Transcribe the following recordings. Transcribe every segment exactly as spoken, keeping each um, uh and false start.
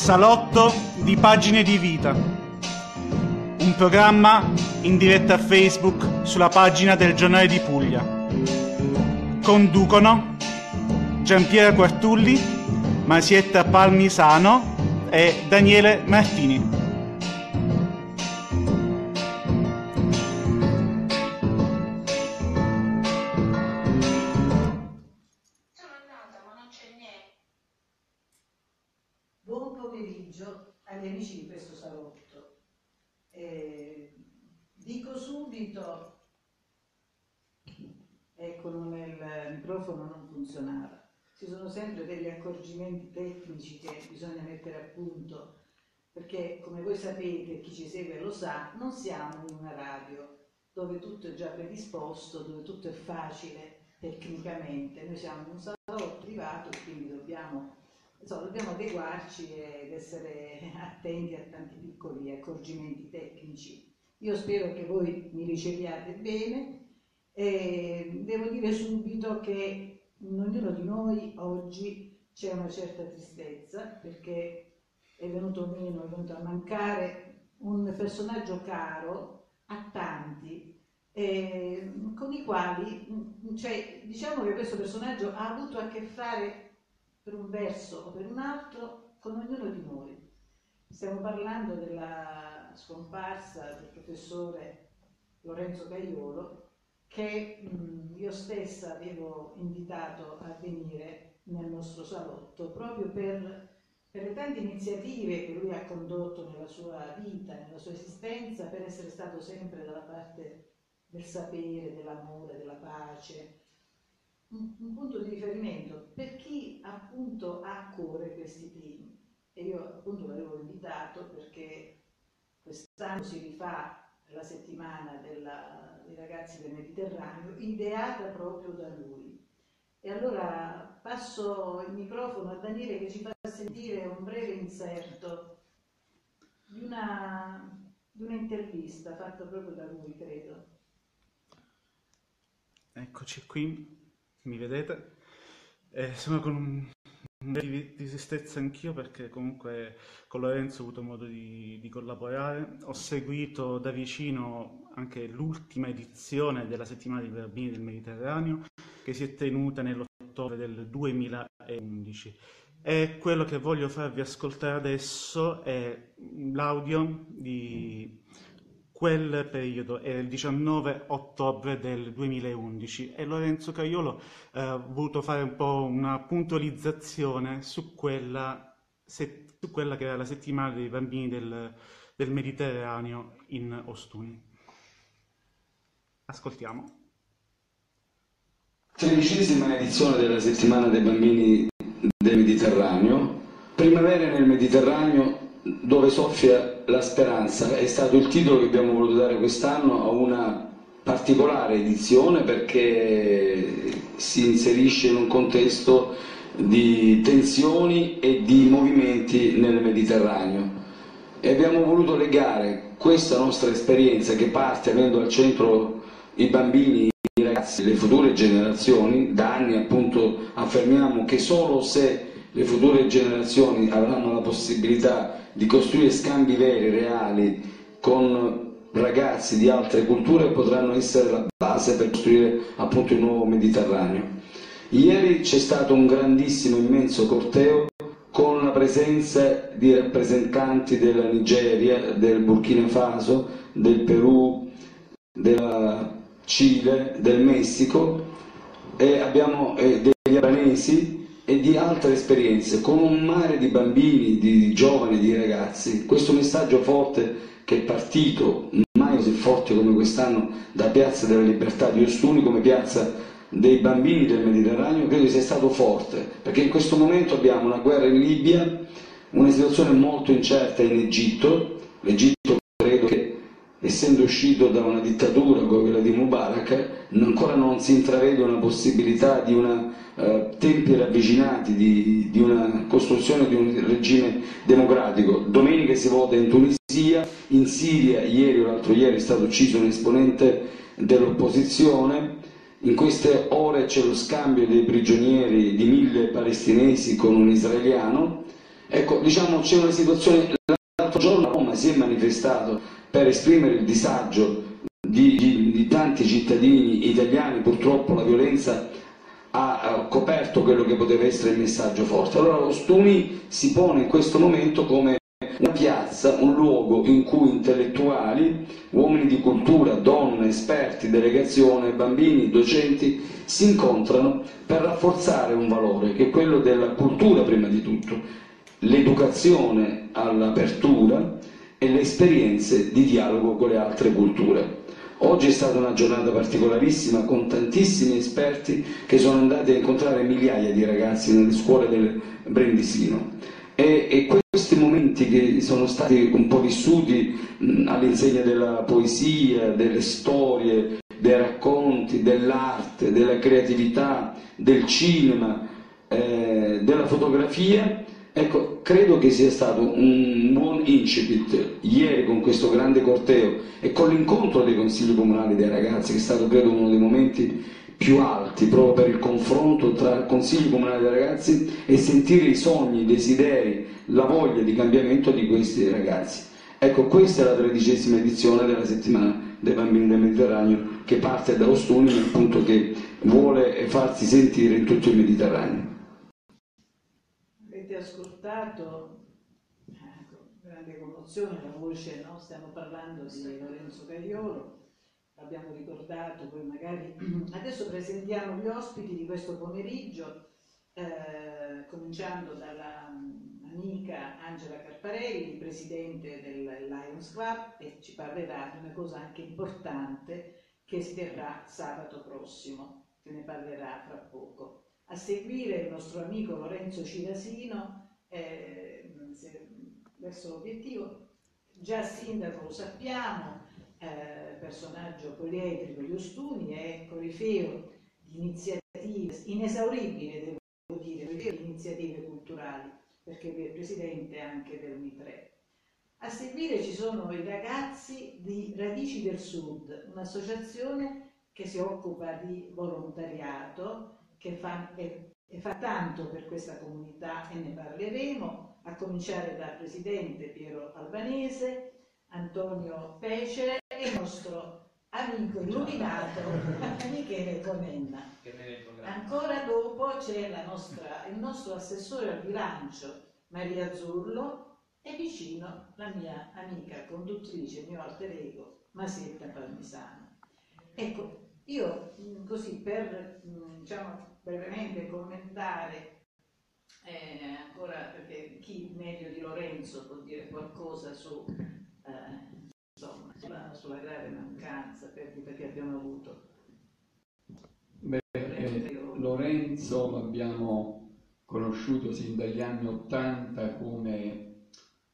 Salotto di Pagine di Vita, un programma in diretta a Facebook sulla pagina del Giornale di Puglia. Conducono Giampiero Quartulli, Masietta Palmisano e Daniele Martini. Buon pomeriggio agli amici di questo salotto. Eh, dico subito, ecco, il microfono non funzionava. Ci sono sempre degli accorgimenti tecnici che bisogna mettere a punto, perché come voi sapete, chi ci segue lo sa, non siamo in una radio dove tutto è già predisposto, dove tutto è facile tecnicamente. Noi siamo in un salotto privato e quindi dobbiamo Insomma, dobbiamo adeguarci ed essere attenti a tanti piccoli accorgimenti tecnici. Io spero che voi mi riceviate bene e devo dire subito che in ognuno di noi oggi c'è una certa tristezza, perché è venuto meno, è venuto a mancare un personaggio caro a tanti, eh, con i quali, cioè, diciamo che questo personaggio ha avuto a che fare per un verso o per un altro con ognuno di noi. Stiamo parlando della scomparsa del professore Lorenzo Caiolo, che mh, io stessa avevo invitato a venire nel nostro salotto proprio per, per le tante iniziative che lui ha condotto nella sua vita, nella sua esistenza, per essere stato sempre dalla parte del sapere, dell'amore, della pace. Un punto di riferimento per chi appunto ha a cuore questi temi, e io appunto l'avevo invitato perché quest'anno si rifà la settimana della, dei ragazzi del Mediterraneo, ideata proprio da lui. E allora passo il microfono a Daniele, che ci fa sentire un breve inserto di una, di un'intervista fatta proprio da lui, credo. Eccoci qui. Mi vedete? Eh, sono con un, un po' di tristezza anch'io, perché comunque con Lorenzo ho avuto modo di, di collaborare. Ho seguito da vicino anche l'ultima edizione della Settimana dei Bambini del Mediterraneo, che si è tenuta nell'ottobre del duemilaundici. E quello che voglio farvi ascoltare adesso è l'audio di quel periodo, è il diciannove ottobre del duemilaundici, e Lorenzo Caiolo eh, ha voluto fare un po' una puntualizzazione su quella, se, su quella che era la settimana dei bambini del, del Mediterraneo in Ostuni. Ascoltiamo. Tredicesima edizione della settimana dei bambini del Mediterraneo, primavera nel Mediterraneo dove soffia la speranza, è stato il titolo che abbiamo voluto dare quest'anno a una particolare edizione, perché si inserisce in un contesto di tensioni e di movimenti nel Mediterraneo, e abbiamo voluto legare questa nostra esperienza, che parte avendo al centro i bambini, i ragazzi, le future generazioni. Da anni appunto affermiamo che solo se le future generazioni avranno la possibilità di costruire scambi veri, reali, con ragazzi di altre culture, potranno essere la base per costruire appunto il nuovo Mediterraneo. Ieri c'è stato un grandissimo, immenso corteo con la presenza di rappresentanti della Nigeria, del Burkina Faso, del Perù, del Cile, del Messico, e abbiamo eh, degli albanesi e di altre esperienze, con un mare di bambini, di giovani, di ragazzi. Questo messaggio forte che è partito, mai così forte come quest'anno, da Piazza della Libertà di Ostuni come piazza dei bambini del Mediterraneo, credo sia stato forte, perché in questo momento abbiamo una guerra in Libia, una situazione molto incerta in Egitto. L'Egitto, credo che, essendo uscito da una dittatura come quella di Mubarak, ancora non si intravede una possibilità di una eh, tempi ravvicinati di, di una costruzione di un regime democratico. Domenica si vota in Tunisia, in Siria ieri o l'altro ieri è stato ucciso un esponente dell'opposizione. In queste ore c'è lo scambio dei prigionieri di mille palestinesi con un israeliano. Ecco, diciamo, c'è una situazione, l'altro giorno a Roma si è manifestato per esprimere il disagio di, di, di tanti cittadini italiani. Purtroppo la violenza ha, ha coperto quello che poteva essere il messaggio forte. Allora Ostuni si pone in questo momento come una piazza, un luogo in cui intellettuali, uomini di cultura, donne, esperti, delegazione, bambini, docenti si incontrano per rafforzare un valore che è quello della cultura prima di tutto, l'educazione all'apertura e le esperienze di dialogo con le altre culture. Oggi è stata una giornata particolarissima con tantissimi esperti che sono andati a incontrare migliaia di ragazzi nelle scuole del Brindisino. E, e questi momenti che sono stati un po' vissuti all'insegna della poesia, delle storie, dei racconti, dell'arte, della creatività, del cinema, eh, della fotografia, ecco, credo che sia stato un buon incipit ieri con questo grande corteo e con l'incontro dei consigli comunali dei ragazzi, che è stato credo uno dei momenti più alti proprio per il confronto tra consigli comunali dei ragazzi e sentire i sogni, i desideri, la voglia di cambiamento di questi ragazzi. Ecco, questa è la tredicesima edizione della settimana dei bambini del Mediterraneo, che parte da Ostuni, appunto, che vuole farsi sentire in tutto il Mediterraneo. Avete ascoltato, ecco, grande commozione, la voce, no? Stiamo parlando di Lorenzo Caiolo. Abbiamo ricordato, poi magari adesso presentiamo gli ospiti di questo pomeriggio, eh, cominciando dalla um, amica Angela Carparelli, presidente del Lions Club, e ci parlerà di una cosa anche importante che si terrà sabato prossimo, che ne parlerà fra poco. A seguire il nostro amico Lorenzo Cirasino, eh, verso l'obiettivo, già sindaco lo sappiamo, Eh, personaggio poliedrico di Ostuni, è corifeo di iniziative, inesauribile devo dire, di iniziative culturali, perché è presidente anche del M I tre. A seguire ci sono i ragazzi di Radici del Sud, un'associazione che si occupa di volontariato, che fa, e, e fa tanto per questa comunità, e ne parleremo, a cominciare dal presidente Piero Albanese, Antonio Pecere e il nostro amico illuminato Michele Comenna. Ancora dopo c'è la nostra, il nostro assessore al bilancio Maria Zurlo e vicino la mia amica conduttrice, il mio alter ego Masietta Palmisano. Ecco, io così per diciamo brevemente commentare eh, ancora, perché chi meglio di Lorenzo può dire qualcosa su Eh, insomma, sulla, sulla grave mancanza, perdita che abbiamo avuto. Beh, eh, Lorenzo l'abbiamo conosciuto sin dagli anni Ottanta come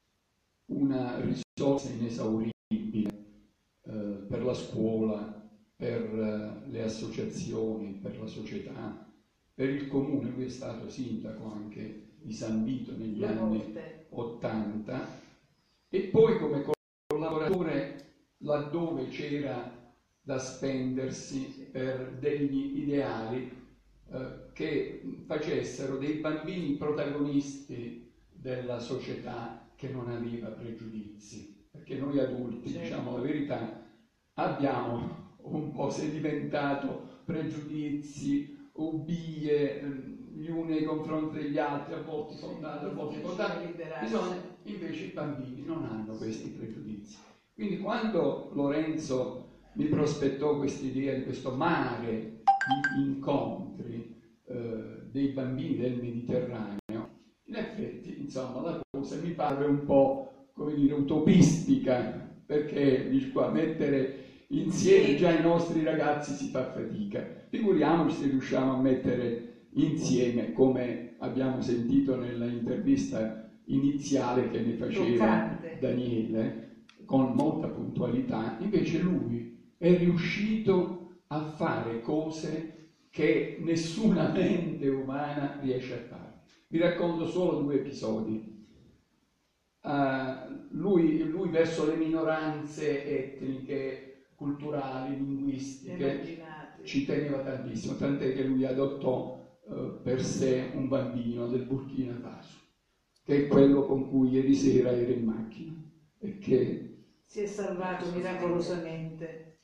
una risorsa inesauribile eh, per la scuola, per eh, le associazioni, per la società, per il comune. Lui è stato sindaco anche di San Vito negli anni Ottanta e poi come collaboratore laddove c'era da spendersi per degli ideali eh, che facessero dei bambini protagonisti della società che non aveva pregiudizi, perché noi adulti, certo, diciamo la verità, abbiamo un po' sedimentato pregiudizi, ubbie, gli uni nei confronti degli altri, a volte fondati, a volte fondati. Bisogna, invece i bambini non hanno questi pregiudizi. Quindi quando Lorenzo mi prospettò quest'idea di questo mare di incontri eh, dei bambini del Mediterraneo, in effetti, insomma, la cosa mi pare un po', come dire, utopistica, perché dice qua, mettere insieme già i nostri ragazzi si fa fatica. Figuriamoci se riusciamo a mettere insieme, come abbiamo sentito nella intervista iniziale che ne faceva Toccante. Daniele, con molta puntualità. Invece lui è riuscito a fare cose che nessuna mente umana riesce a fare. Vi racconto solo due episodi. Uh, lui, lui verso le minoranze etniche, culturali, linguistiche, ci teneva tantissimo, tant'è che lui adottò uh, per sé un bambino del Burkina Faso, che è quello con cui ieri sera ero in macchina e che si è salvato miracolosamente.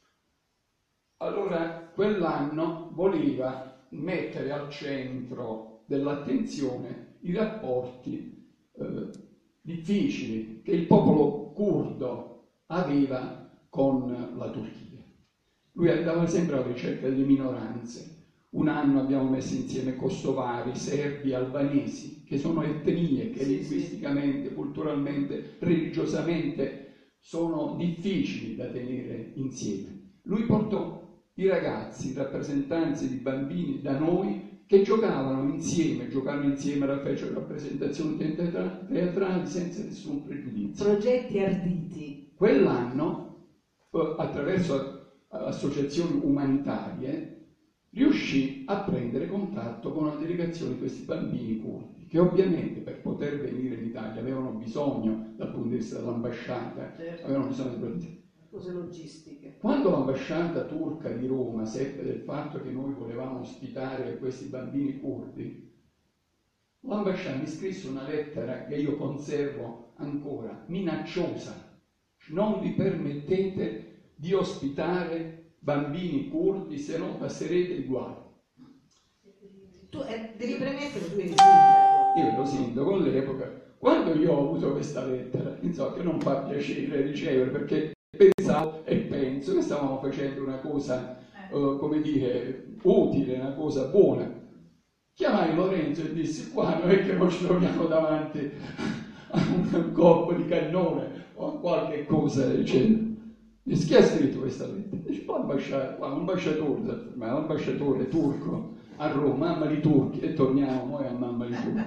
Allora, quell'anno voleva mettere al centro dell'attenzione i rapporti eh, difficili che il popolo curdo aveva con la Turchia. Lui andava sempre alla ricerca delle minoranze. Un anno abbiamo messo insieme kosovari, serbi, albanesi, che sono etnie che Sì, linguisticamente, sì. culturalmente, religiosamente sono difficili da tenere insieme. Lui portò i ragazzi, i rappresentanti di bambini da noi che giocavano insieme, giocavano insieme alla fecero rappresentazioni teatrali senza nessun pregiudizio. Progetti arditi. Quell'anno, attraverso associazioni umanitarie, riuscì a prendere contatto con una delegazione di questi bambini curdi, che ovviamente per poter venire in Italia avevano bisogno, dal punto di vista dell'ambasciata, certo. avevano bisogno di protezione. Cose logistiche. Quando l'ambasciata turca di Roma seppe del fatto che noi volevamo ospitare questi bambini curdi, l'ambasciata mi scrisse una lettera che io conservo ancora, minacciosa. Non vi permettete di ospitare bambini curdi, se no passerete il guaio. Tu eh, devi premettere, tu eri sindaco. Io ero sindaco all'epoca. Quando io ho avuto questa lettera, insomma, che non fa piacere ricevere, perché pensavo e penso che stavamo facendo una cosa, eh. uh, come dire, utile, una cosa buona. Chiamai Lorenzo e dissi: qua non è che noi ci troviamo davanti a un colpo di cannone o a qualche cosa, eccetera. Dice: chi ha scritto questa lettera? Dice: l'ambasciatore, un ambasciatore, ma l'ambasciatore turco a Roma, mamma di turchi, e torniamo noi a mamma di turchi.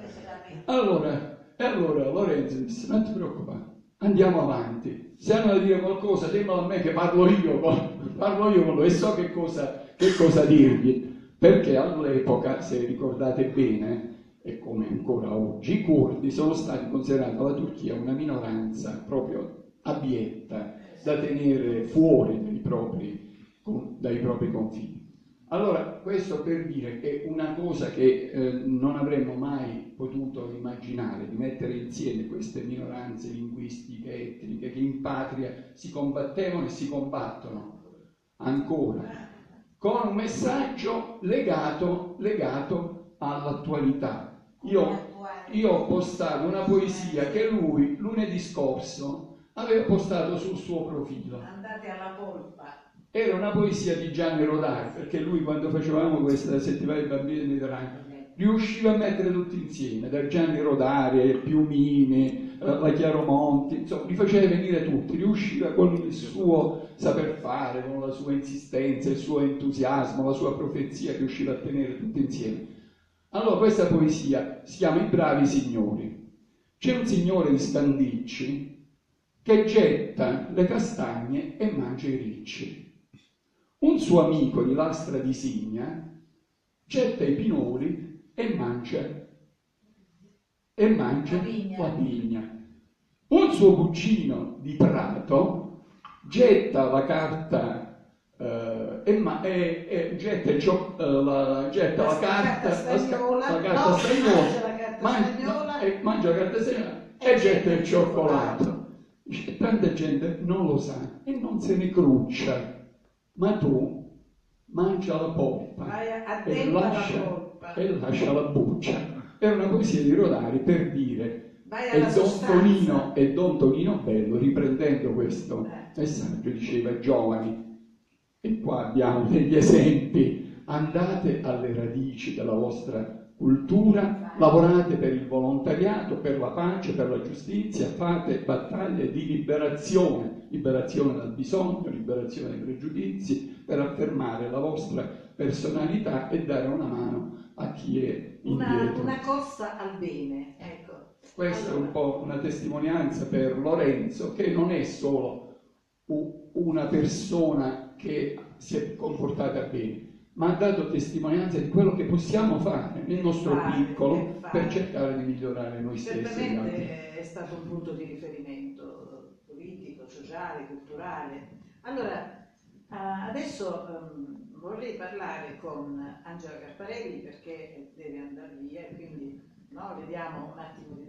Allora, e allora Lorenzo disse: non ti preoccupare, andiamo avanti. Se hanno da dire qualcosa, dimmelo a me che parlo io, parlo io con lui e so che cosa, che cosa dirgli. Perché all'epoca, se ricordate bene, e come ancora oggi, i curdi sono stati considerati dalla Turchia una minoranza proprio abietta, da tenere fuori dai propri, dai propri confini. Allora, questo per dire che una cosa che eh, non avremmo mai potuto immaginare, di mettere insieme queste minoranze linguistiche, etniche, che in patria si combattevano e si combattono ancora, con un messaggio legato, legato all'attualità. Io, io ho postato una poesia che lui, lunedì scorso, aveva postato sul suo profilo. Andate alla polpa. Era una poesia di Gianni Rodari, perché lui, quando facevamo questa settimana dei bambini del Mediterraneo, riusciva a mettere tutti insieme, da Gianni Rodari, Piumini, la Chiaromonti, insomma, li faceva venire tutti, riusciva con il suo saper fare, con la sua insistenza, il suo entusiasmo, la sua profezia, riusciva a tenere tutti insieme. Allora, questa poesia si chiama I bravi signori. C'è un signore di Scandicci che getta le castagne e mangia i ricci. Un suo amico di Lastra di Signa getta i pinoli e mangia, e mangia la vigna. la vigna. Un suo cugino di Prato getta la carta eh, e, ma, e, e getta, il cio, eh, la, getta la, la carta stagnola, la, carta no, stagnola, mangia la carta mangia, stagnola e mangia la carta stagnola e, e getta il cioccolato. Dice, tanta gente non lo sa e non se ne cruccia. Ma tu mangia la polpa e lascia, la polpa e lascia la buccia. Era una poesia di Rodari per dire, e Don, Tonino, e Don Tonino Bello, riprendendo questo eh. messaggio, diceva: giovani, e qua abbiamo degli esempi, andate alle radici della vostra cultura, lavorate per il volontariato, per la pace, per la giustizia, fate battaglie di liberazione, liberazione dal bisogno, liberazione dai pregiudizi, per affermare la vostra personalità e dare una mano a chi è indietro. Una, una corsa al bene, ecco. Questa allora. è un po' una testimonianza per Lorenzo, che non è solo una persona che si è comportata bene, ma ha dato testimonianza di quello che possiamo fare nel nostro fare, piccolo per, per cercare di migliorare noi stessi. Certamente è stato un punto di riferimento politico, sociale, culturale. Allora, adesso um, vorrei parlare con Angela Carparelli perché deve andare via, quindi no, le diamo un attimo di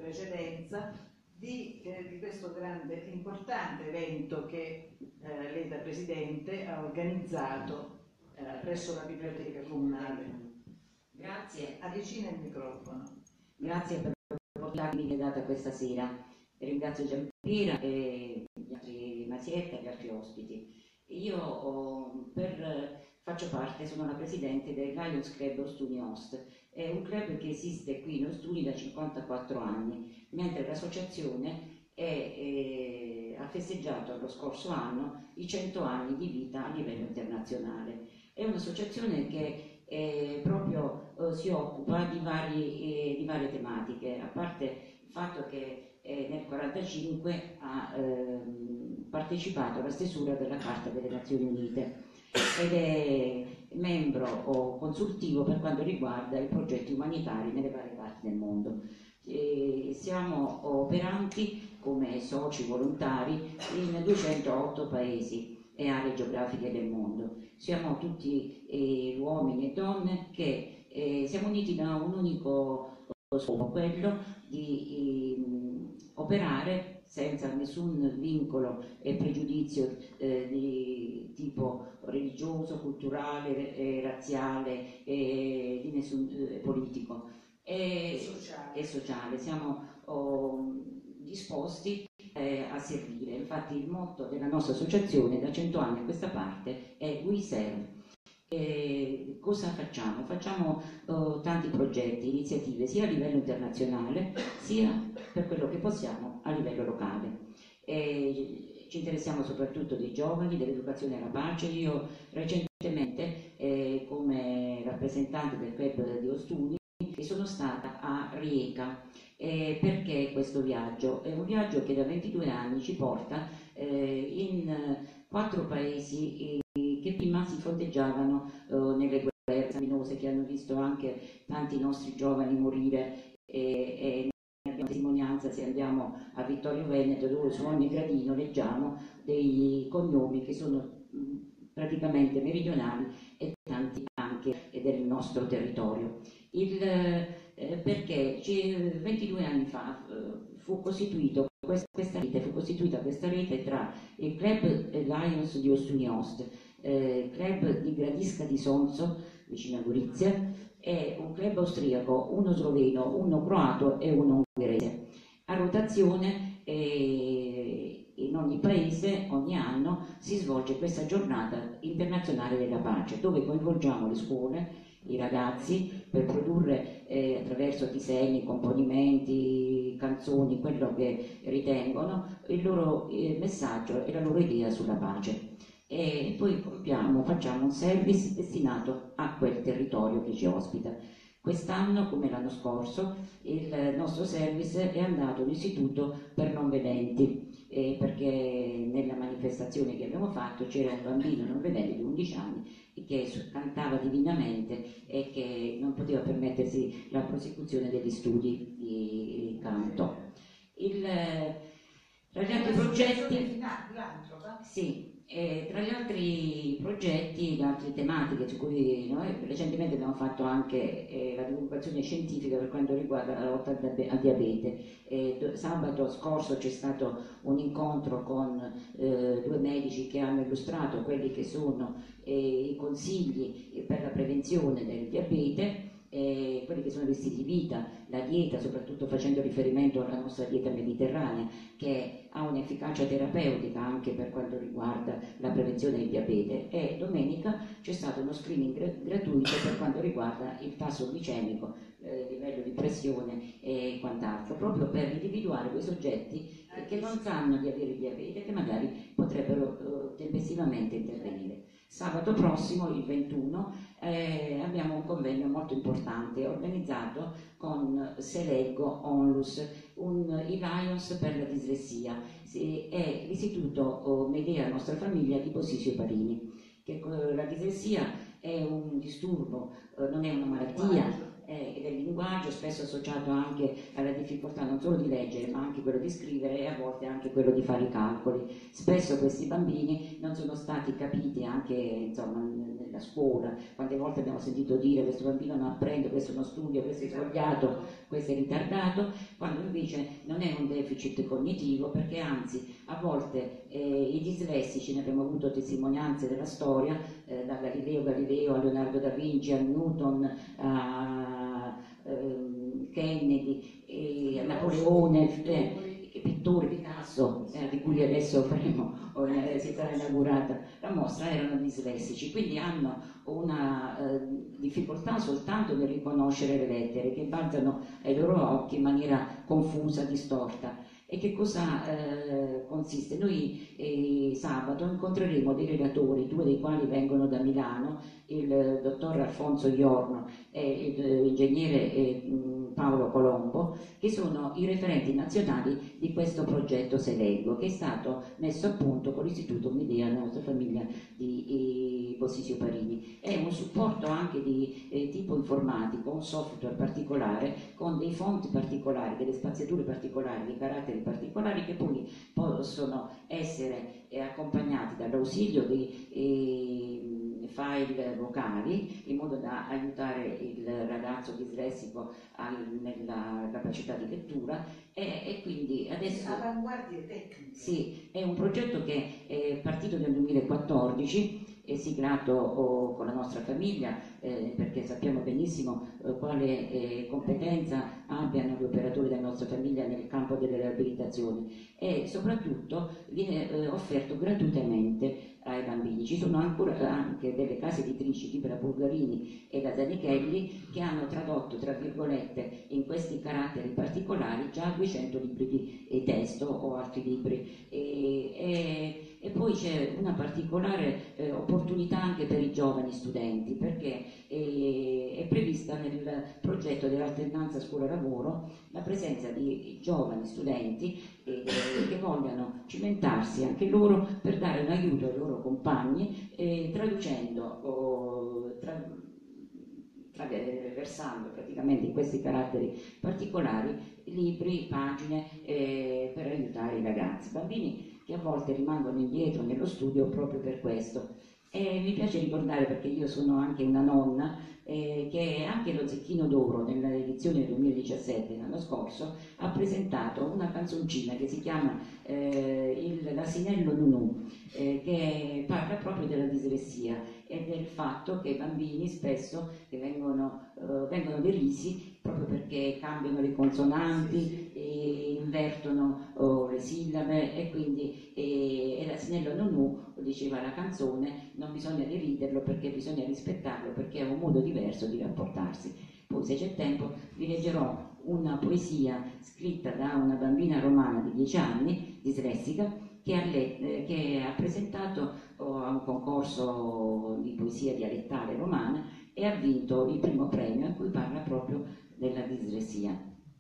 precedenza di, eh, di questo grande e importante evento che eh, lei da Presidente ha organizzato eh, presso la Biblioteca Comunale. Grazie. Avvicina il microfono. Grazie per l'opportunità che mi è data questa sera. Ringrazio Giampiera e gli altri Masietta e gli altri ospiti. Io oh, per, faccio parte, sono la Presidente del Lions Club Ostuni Host. È un club che esiste qui in Ostuni da cinquantaquattro anni, mentre l'associazione è, è, ha festeggiato lo scorso anno i cento anni di vita a livello internazionale. È un'associazione che eh, proprio eh, si occupa di, vari, eh, di varie tematiche, a parte il fatto che eh, nel millenovecentoquarantacinque ha eh, partecipato alla stesura della Carta delle Nazioni Unite ed è membro o consultivo per quanto riguarda i progetti umanitari nelle varie parti del mondo. E siamo operanti come soci volontari in duecentootto paesi e aree geografiche del mondo. Siamo tutti eh, uomini e donne che eh, siamo uniti da un unico scopo, quello di eh, operare senza nessun vincolo e pregiudizio eh, di tipo religioso, culturale, eh, razziale, eh, di nessun eh, politico e sociale. E sociale. Siamo oh, disposti eh, a servire. Infatti il motto della nostra associazione da cento anni a questa parte è We Serve. E cosa facciamo? Facciamo uh, tanti progetti, iniziative sia a livello internazionale sia per quello che possiamo a livello locale. E ci interessiamo soprattutto dei giovani, dell'educazione alla pace. Io recentemente eh, come rappresentante del club di Ostuni sono stata a Rijeka. Eh, perché questo viaggio? È un viaggio che da ventidue anni ci porta eh, in quattro paesi eh, che prima si fronteggiavano eh, nelle guerre sanguinose, che hanno visto anche tanti nostri giovani morire e, e ne abbiamo testimonianza se andiamo a Vittorio Veneto, dove su ogni gradino leggiamo dei cognomi che sono mh, praticamente meridionali e tanti anche del nostro territorio. Il, eh, perché ventidue anni fa eh, fu costituito questa, questa rete, fu costituita questa rete tra il club Lions di Ostuni Host, eh, club di Gradisca di Sonzo, vicino a Gorizia, e un club austriaco, uno sloveno, uno croato e uno ungherese. A rotazione eh, in ogni paese, ogni anno, si svolge questa giornata internazionale della pace, dove coinvolgiamo le scuole, i ragazzi, per produrre eh, attraverso disegni, componimenti, canzoni, quello che ritengono, il loro eh, messaggio e la loro idea sulla pace. E poi compiamo, facciamo un service destinato a quel territorio che ci ospita. Quest'anno, come l'anno scorso, il nostro service è andato all'Istituto per non vedenti, eh, perché nella manifestazione che abbiamo fatto c'era un bambino non vedente di undici anni che cantava divinamente e che non poteva permettersi la prosecuzione degli studi di canto. Il, tra gli altri progetti, sì, e tra gli altri progetti, le altre tematiche su cui noi recentemente abbiamo fatto anche eh, la divulgazione scientifica per quanto riguarda la lotta al diabete. Eh, sabato scorso c'è stato un incontro con eh, due medici che hanno illustrato quelli che sono eh, i consigli per la prevenzione del diabete, eh, quelli che sono gli stili di vita, la dieta, soprattutto facendo riferimento alla nostra dieta mediterranea, che ha un'efficacia terapeutica anche per quanto riguarda la prevenzione del diabete. E domenica c'è stato uno screening gr- gratuito per quanto riguarda il tasso glicemico, eh, livello di pressione e quant'altro, proprio per individuare quei soggetti eh, che non sanno di avere il diabete e che magari potrebbero eh, tempestivamente intervenire. Sabato prossimo, il ventuno, eh, abbiamo un convegno molto importante organizzato con Seleggo Onlus, un, i Lions per la dislessia, è l'istituto oh, Medea Nostra Famiglia di Bosisio Parini. Che, eh, la dislessia è un disturbo, eh, non è una malattia, è del linguaggio, spesso associato anche alla difficoltà non solo di leggere ma anche quello di scrivere e a volte anche quello di fare i calcoli. Spesso questi bambini non sono stati capiti anche insomma, nella nella scuola, quante volte abbiamo sentito dire questo bambino non apprende, questo non studia, questo è svogliato, questo è ritardato, quando invece non è un deficit cognitivo, perché anzi a volte eh, i dislessici, ne abbiamo avuto testimonianze della storia, eh, da Galileo Galileo a Leonardo da Vinci, a Newton, a eh, Kennedy, e a Napoleone, eh, pittori, Picasso, eh, di cui adesso faremo, eh, si sarà inaugurata la mostra, erano dislessici, quindi hanno una eh, difficoltà soltanto nel riconoscere le lettere, che balzano ai loro occhi in maniera confusa, distorta. E che cosa eh, consiste? Noi eh, sabato incontreremo dei relatori, due dei quali vengono da Milano, il dottor Alfonso Iorno e l'ingegnere eh, Paolo Colombo, che sono i referenti nazionali di questo progetto Seleggo, che è stato messo a punto con l'Istituto Midea della nostra famiglia di Bossisio Parini. È un supporto anche di eh, tipo informatico, un software particolare con dei fonti particolari, delle spaziature particolari, dei caratteri particolari che poi possono essere eh, accompagnati dall'ausilio di eh, file vocali in modo da aiutare il ragazzo dislessico al, nella capacità di lettura e, e quindi adesso avanguardie tecniche. Sì, è un progetto che è partito nel duemilaquattordici, è siglato oh, con la nostra famiglia eh, perché sappiamo benissimo eh, quale eh, competenza abbiano gli operatori della nostra famiglia nel campo delle riabilitazioni e soprattutto viene eh, offerto gratuitamente ai bambini. Ci sono ancora anche delle case editrici tipo la Bulgarini e la Zanichelli che hanno tradotto tra virgolette in questi caratteri particolari già duecento libri di eh, testo o altri libri e, e, e poi c'è una particolare eh, opportunità anche per i giovani studenti perché eh, è prevista nel progetto dell'alternanza scuola-lavoro la presenza di giovani studenti eh, che vogliano cimentarsi anche loro per dare un aiuto ai loro compagni eh, traducendo o tra, versando praticamente in questi caratteri particolari libri, pagine eh, per aiutare i ragazzi, bambini che a volte rimangono indietro nello studio proprio per questo. E mi piace ricordare, perché io sono anche una nonna, eh, che anche lo Zecchino d'Oro nell'edizione duemiladiciassette, l'anno scorso, ha presentato una canzoncina che si chiama eh, L'asinello Nunù, eh, che parla proprio della dislessia e del fatto che i bambini spesso che vengono, eh, vengono derisi proprio perché cambiano le consonanti, e invertono oh, le sillabe e quindi e, e l'asinello Nunù, diceva la canzone, non bisogna deriderlo perché bisogna rispettarlo perché è un modo diverso di rapportarsi. Poi se c'è tempo vi leggerò una poesia scritta da una bambina romana di dieci anni, dislessica, che ha, let- che ha presentato oh, a un concorso di poesia dialettale romana e ha vinto il primo premio in cui parla proprio della dislessia.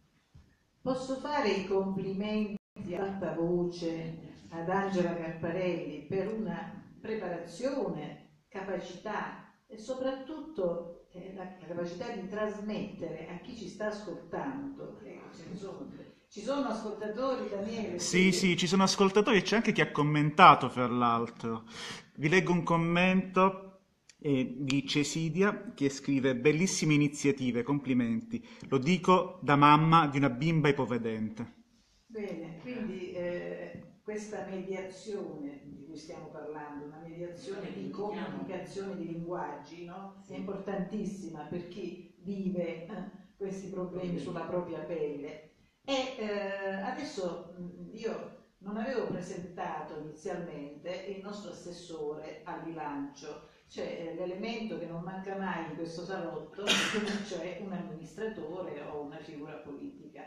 Posso fare i complimenti a alta voce ad Angela Carparelli per una preparazione, capacità e soprattutto eh, la, la capacità di trasmettere a chi ci sta ascoltando. Ecco, ce ne sono, ci sono ascoltatori, Daniele? Sì, sì, ci sono ascoltatori e c'è anche chi ha commentato, fra l'altro. Vi leggo un commento eh, di Cesidia che scrive: bellissime iniziative, complimenti. Lo dico da mamma di una bimba ipovedente. Bene, quindi eh, questa mediazione di cui stiamo parlando, una mediazione di comunicazione di linguaggi, no? È importantissima per chi vive eh, questi problemi sulla propria pelle. E eh, adesso io non avevo presentato inizialmente il nostro assessore al bilancio, cioè l'elemento che non manca mai in questo salotto, cioè un amministratore o una figura politica.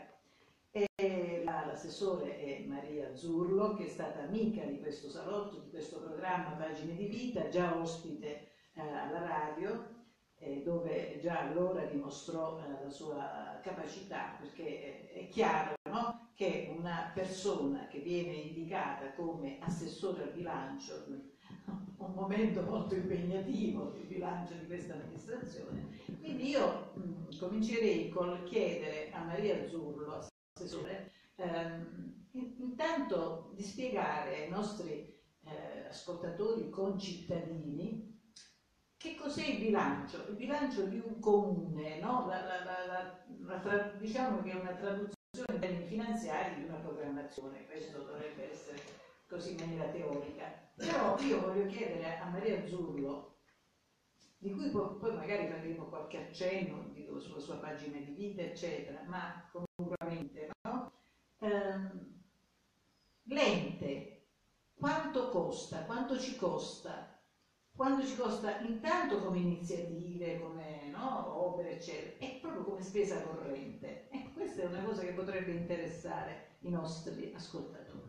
E l'assessore è Maria Zurlo, che è stata amica di questo salotto, di questo programma Pagine di Vita, già ospite eh, alla radio, eh, dove già allora dimostrò eh, la sua capacità, perché è, è chiaro, no? Che una persona che viene indicata come assessore al bilancio, un momento molto impegnativo il bilancio di questa amministrazione, quindi io mh, comincerei col chiedere a Maria Zurlo, assessore, ehm, intanto di spiegare ai nostri eh, ascoltatori concittadini che cos'è il bilancio? Il bilancio di un comune, no? la, la, la, la, la tra, diciamo che è una traduzione in termini finanziari di una programmazione, questo dovrebbe essere così in maniera teorica. Però io voglio chiedere a Maria Zurlo, di cui poi, poi magari faremo qualche accenno, dico, sulla sua pagina di vita, eccetera, ma comunque, no? Ehm, l'ente, quanto costa, quanto ci costa? Quanto ci costa intanto come iniziative, come no, opere, eccetera, e proprio come spesa corrente. E questa è una cosa che potrebbe interessare i nostri ascoltatori.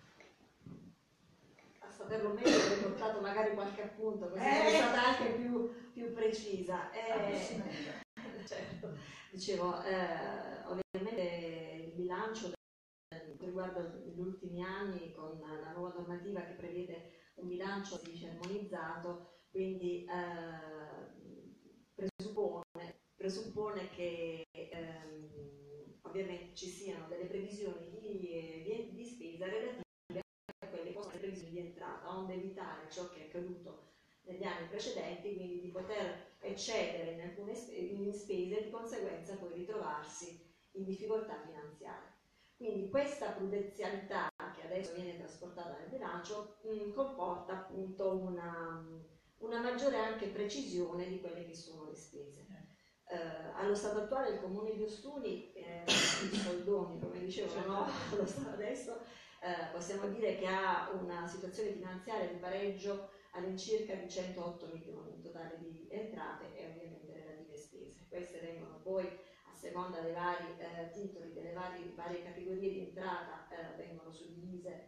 Basta perlomeno aver portato magari qualche appunto, così eh, è stata anche più, più precisa. Eh, certo, dicevo, eh, ovviamente il bilancio riguarda gli ultimi anni con la nuova normativa che prevede un bilancio si dice armonizzato, quindi eh, presuppone, presuppone che ehm, ovviamente ci siano delle previsioni di, di, di spesa relative a quelle che sono le previsioni di entrata, onde evitare ciò che è accaduto negli anni precedenti, quindi di poter eccedere in alcune spese, spese e di conseguenza poi ritrovarsi in difficoltà finanziarie. Quindi questa prudenzialità che adesso viene trasportata nel bilancio mh, comporta appunto una, una maggiore anche precisione di quelle che sono le spese. Eh, allo stato attuale il Comune di Ostuni, eh, i soldoni come dicevo, no? Allo stato adesso eh, possiamo dire che ha una situazione finanziaria di pareggio all'incirca di centootto milioni in totale di entrate e ovviamente relative spese. Queste vengono poi a seconda dei vari eh, titoli, delle varie, varie categorie di entrata eh, vengono suddivise,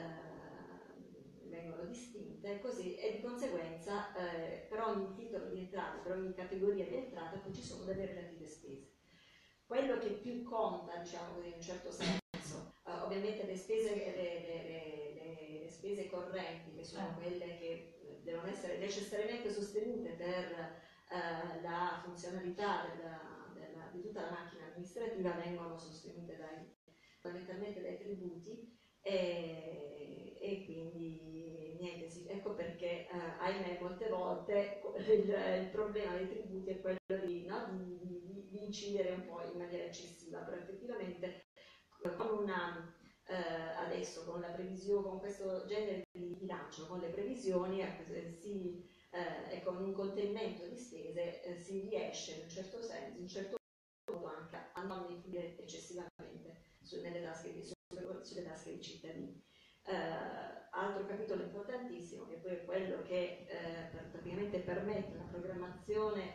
eh, vengono distinte così, e di conseguenza eh, per ogni titolo di entrata, per ogni categoria di entrata poi ci sono delle relative spese. Quello che più conta, diciamo così in un certo senso, eh, ovviamente le spese, le, le, le, le spese correnti, che sono quelle che devono essere necessariamente sostenute per eh, la funzionalità della di tutta la macchina amministrativa, vengono sostenute dai, fondamentalmente dai tributi e, e quindi niente, sì, ecco perché eh, ahimè molte volte il, il problema dei tributi è quello di, no, di, di, di incidere un po' in maniera eccessiva, però effettivamente con una eh, adesso con la previsione, con questo genere di bilancio, con le previsioni eh, si, eh, e con un contenimento di spese eh, si riesce in un certo senso, in un certo anche a non influire eccessivamente su, nelle tasche di, sulle, sulle tasche dei cittadini. Eh, altro capitolo importantissimo, che poi è quello che eh, per, praticamente permette una programmazione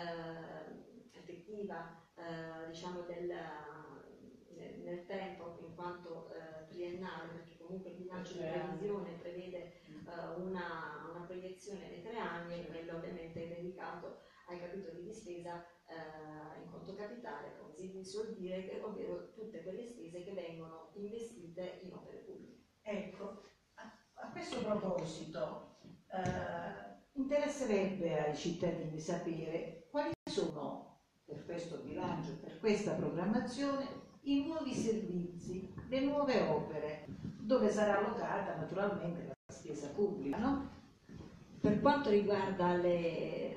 eh, effettiva eh, diciamo del, nel, nel tempo in quanto eh, triennale, perché comunque il bilancio di previsione prevede eh, una, una proiezione nei tre anni e quello ovviamente è dedicato ai capitoli di spesa eh, in conto capitale, come si suol dire, ovvero tutte quelle spese che vengono investite in opere pubbliche. Ecco, a, a questo proposito eh, interesserebbe ai cittadini sapere quali sono, per questo bilancio, per questa programmazione, i nuovi servizi, le nuove opere, dove sarà allocata naturalmente la spesa pubblica, no? Per quanto riguarda le...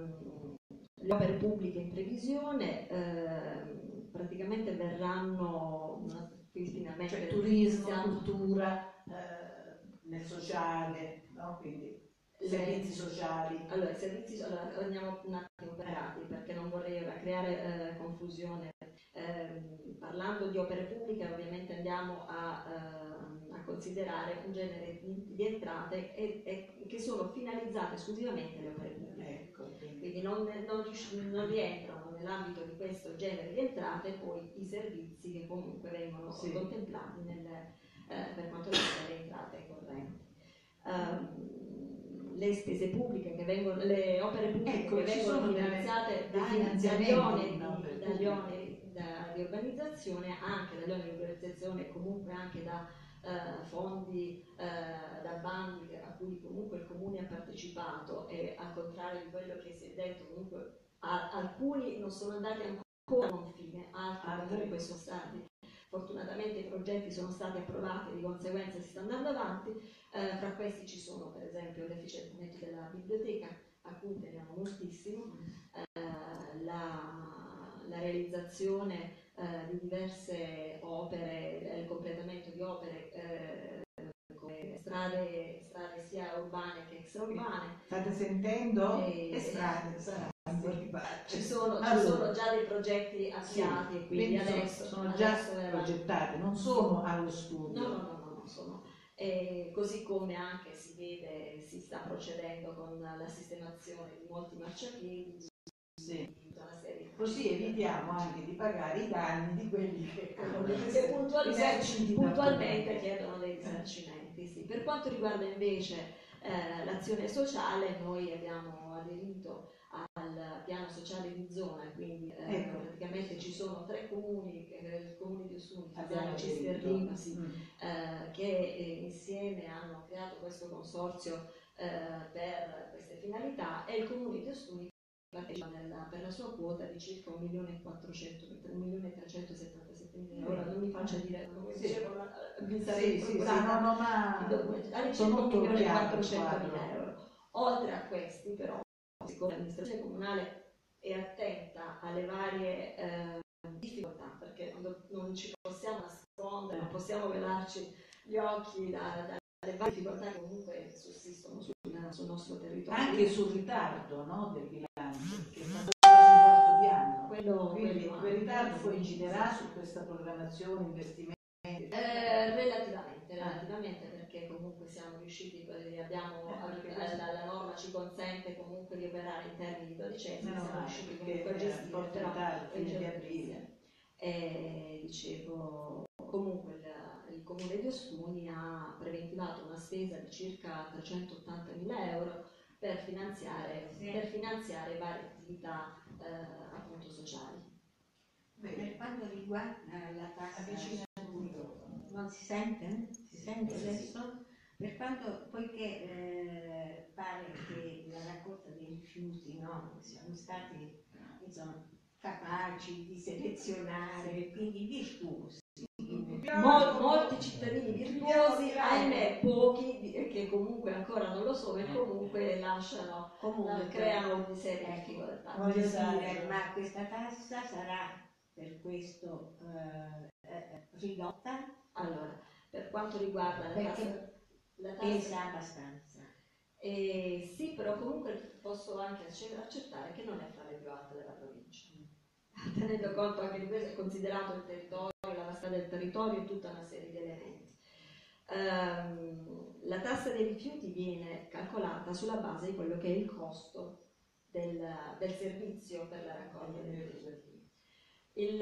Le opere pubbliche in previsione eh, praticamente verranno qui finalmente cioè, turismo, iniziamo. cultura, eh, nel sociale, no? Quindi le, servizi sociali. Allora, i servizi allora, andiamo un attimo per altri perché non vorrei ora creare eh, confusione. Eh, parlando di opere pubbliche ovviamente andiamo a, eh, a considerare un genere di, di entrate e, e, che sono finalizzate esclusivamente alle opere pubbliche. Ecco, quindi non, non, non rientrano nell'ambito di questo genere di entrate poi i servizi che comunque vengono sì. contemplati nel, eh, per quanto riguarda le entrate correnti. Um, le spese pubbliche che vengono, le opere pubbliche ecco, che vengono finanziate dagli oneri no, dagli oneri da, di urbanizzazione, anche dagli oneri di urbanizzazione e comunque anche da eh, fondi, eh, da bandi a cui comunque il Comune ha partecipato e al contrario di quello che si è detto comunque a, alcuni non sono andati ancora a confine, altri altri comunque sono stati, fortunatamente i progetti sono stati approvati, di conseguenza si sta andando avanti. Eh, fra questi ci sono per esempio l'efficientamento della biblioteca, a cui teniamo moltissimo, eh, la, la realizzazione eh, di diverse opere, il completamento di opere eh, come strade, strade sia urbane che extraurbane. State sentendo? E, e strade saranno. Ci sono, allora, ci sono già dei progetti avviati, sì, e quindi, quindi adesso sono già adesso era... progettati, non sono allo studio. No, no, no, no, no sono. E così come anche si vede, si sta procedendo con la sistemazione di molti marciapiedi. Sì. Una serie di Così evitiamo anche di pagare i danni di quelli che, che puntualmente, puntualmente chiedono dei risarcimenti. Sì. Per quanto riguarda invece eh, l'azione sociale, noi abbiamo aderito al piano sociale di zona, quindi eh, ecco. praticamente ci sono tre comuni, eh, il comune di Osuni, Fasano e Cisterlino, sì, mm. eh, che eh, insieme hanno creato questo consorzio eh, per queste finalità, e il comune di Osuni partecipa nella, per la sua quota di circa un milione e trecentosettantasettemila euro. Non mi faccia dire come sì. dicevo, mi sarei sì, procurata sì, sì, no, no, ma sono un milione e quattrocentomila euro. Oltre a questi, però, siccome l'amministrazione comunale è attenta alle varie eh, difficoltà, perché non ci possiamo nascondere, non possiamo velarci gli occhi da, dalle varie difficoltà che comunque sussistono sul, sul nostro territorio. Anche sul ritardo, no, del bilancio, che è stato quasi un quarto di anno. Quello, Quindi quello quel ritardo poi inciderà su questa programmazione, investimenti? Eh, relativamente, relativamente, perché comunque siamo riusciti, abbiamo, eh, la, la norma ci consente comunque di operare in termini di dodicesimi, no, siamo riusciti comunque a gestire, però fine di aprile. Eh, dicevo, comunque il, il comune di Osuni ha preventivato una spesa di circa trecentottantamila euro per finanziare, sì. per finanziare varie attività eh, appunto sociali. Per quanto riguarda la tassa, non si sente? Si sente adesso? Per quanto, poiché eh, pare che la raccolta dei rifiuti, no, siamo stati insomma, capaci di selezionare, quindi virtuosi. Mol, molti cittadini virtuosi, ahimè pochi che comunque ancora non lo sono e comunque lasciano, comunque creano una serie di difficoltà. Voglio dire, ma questa tassa sarà per questo eh, eh, ridotta? Allora, per quanto riguarda la tassa, la tassa pesa abbastanza. Eh, sì, però comunque posso anche accettare che non è fra le più alte della provincia, tenendo conto anche di questo, è considerato il territorio, la vastità del territorio e tutta una serie di elementi. Um, la tassa dei rifiuti viene calcolata sulla base di quello che è il costo del, del servizio per la raccolta dei rifiuti. Il,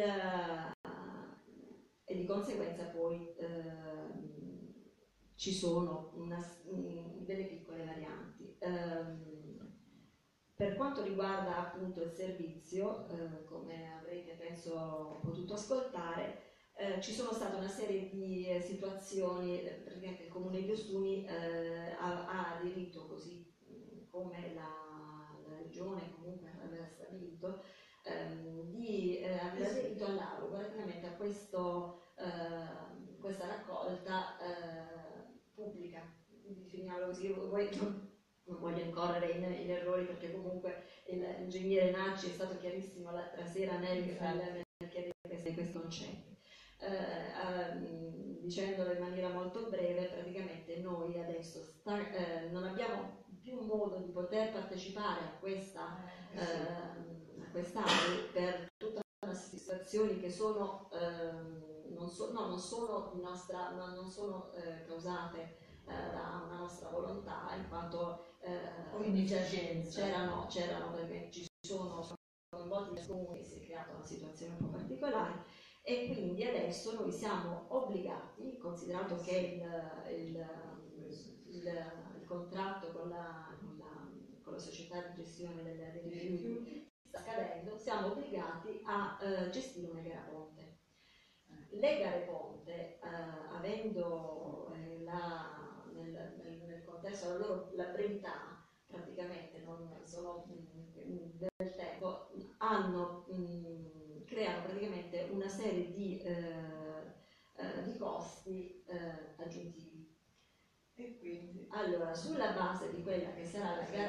e di conseguenza poi eh, ci sono una, delle piccole varianti. Eh, per quanto riguarda appunto il servizio, eh, come avrete penso potuto ascoltare, eh, ci sono state una serie di eh, situazioni, praticamente il Comune di Osuni eh, ha, ha aderito, così come la, la Regione comunque aveva stabilito, ehm, di eh, aver aderito all'A U, praticamente a questo, eh, questa raccolta eh, pubblica, definiamolo così. Voi, non voglio incorrere in, in errori, perché comunque l'ingegnere Nacci è stato chiarissimo l'altra sera nel, nel, nel chiarire questi, questi concetti. Eh, um, dicendolo in maniera molto breve, praticamente noi adesso sta, eh, non abbiamo più modo di poter partecipare a questa eh, eh, a quest'area per tutta una serie di situazioni che sono eh, non, so, no, non sono, nostra, no, non sono eh, causate eh, da una nostra volontà, in quanto eh, c'erano, c'erano perché ci sono, sono coinvolti i comuni, si è creata una situazione un po' particolare, e quindi adesso noi siamo obbligati, considerato che il, il, il, il contratto con la, con, la, con la società di gestione dei, dei rifiuti sta scadendo, siamo obbligati a uh, gestire una gara ponte. Le gare ponte, uh, avendo eh, la, nel, nel, nel contesto la loro la brevità, praticamente non sono mh, del tempo, hanno mh, creano praticamente una serie di, eh, eh, di costi eh, aggiuntivi. E quindi, allora, sulla base di quella che sarà la gara ponte,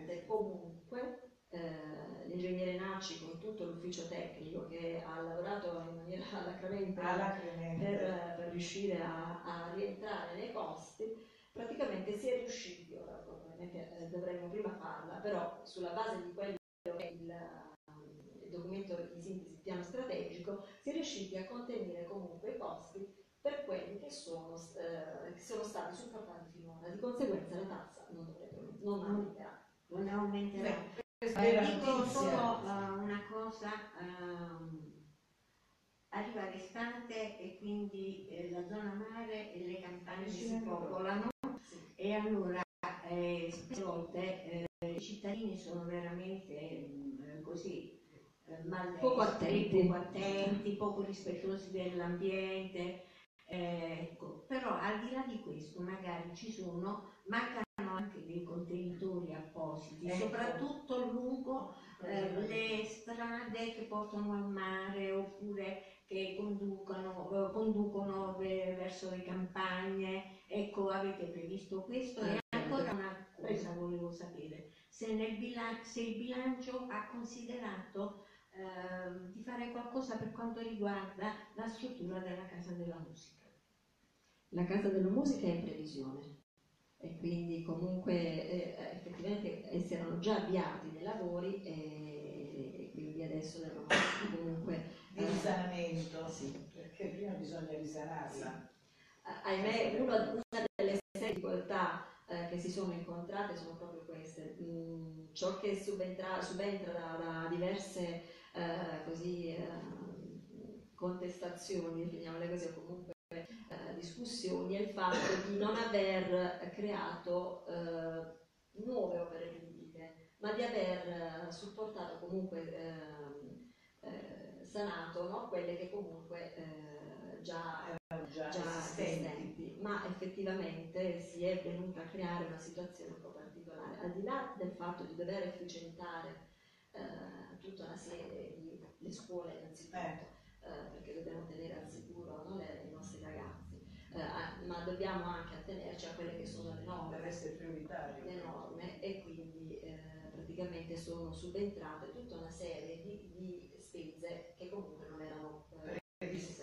Sicuramente comunque eh, l'ingegnere Nacci con tutto l'ufficio tecnico che ha lavorato in maniera alacremente per, per riuscire a, a rientrare nei costi, praticamente si è riusciti, ora probabilmente eh, dovremmo prima farla, però sulla base di quello che è il, il documento di sintesi del piano strategico, si è riusciti a contenere comunque i costi per quelli che sono, eh, che sono stati supportati finora. Di conseguenza la tazza non dovrebbe, non aumenterà. Non aumenterà. Beh, dico solo uh, una cosa, um, arriva l'estate e quindi eh, la zona mare e le campagne si popolano, sì. E allora eh, spesse volte eh, i cittadini sono veramente eh, così eh, maldestri, poco attenti. poco attenti, poco rispettosi dell'ambiente, eh, ecco. Però al di là di questo magari ci sono, mancano anche dei contenitori appositi, ecco. Soprattutto lungo eh, le strade che portano al mare oppure che conducono, eh, conducono verso le campagne. Ecco, avete previsto questo? E ancora una cosa volevo sapere, se, nel bilancio, se il bilancio ha considerato eh, di fare qualcosa per quanto riguarda la struttura della Casa della Musica. La Casa della Musica è in previsione e quindi comunque eh, effettivamente eh, si erano già avviati dei lavori e, e quindi adesso devono comunque di risanamento, sì, perché prima bisogna risanarla. Ahimè, una, una delle sei difficoltà eh, che si sono incontrate sono proprio queste. Mm, ciò che subentra, subentra da, da diverse eh, così, eh, contestazioni, definiamole così, o comunque eh, discussioni, è il fatto di non aver creato eh, nuove opere pubbliche, ma di aver eh, supportato comunque eh, eh, sanato, no? Quelle che comunque eh, già Già, già esistenti, ma effettivamente si è venuta a creare una situazione un po' particolare, al di là del fatto di dover efficientare eh, tutta una serie di le scuole innanzitutto, eh, perché dobbiamo tenere al sicuro, no, le, i nostri ragazzi, eh, ma dobbiamo anche attenerci a quelle che sono le norme, deve essere prioritario, le norme e quindi eh, praticamente sono subentrate tutta una serie di, di spese che comunque non erano eh, previste.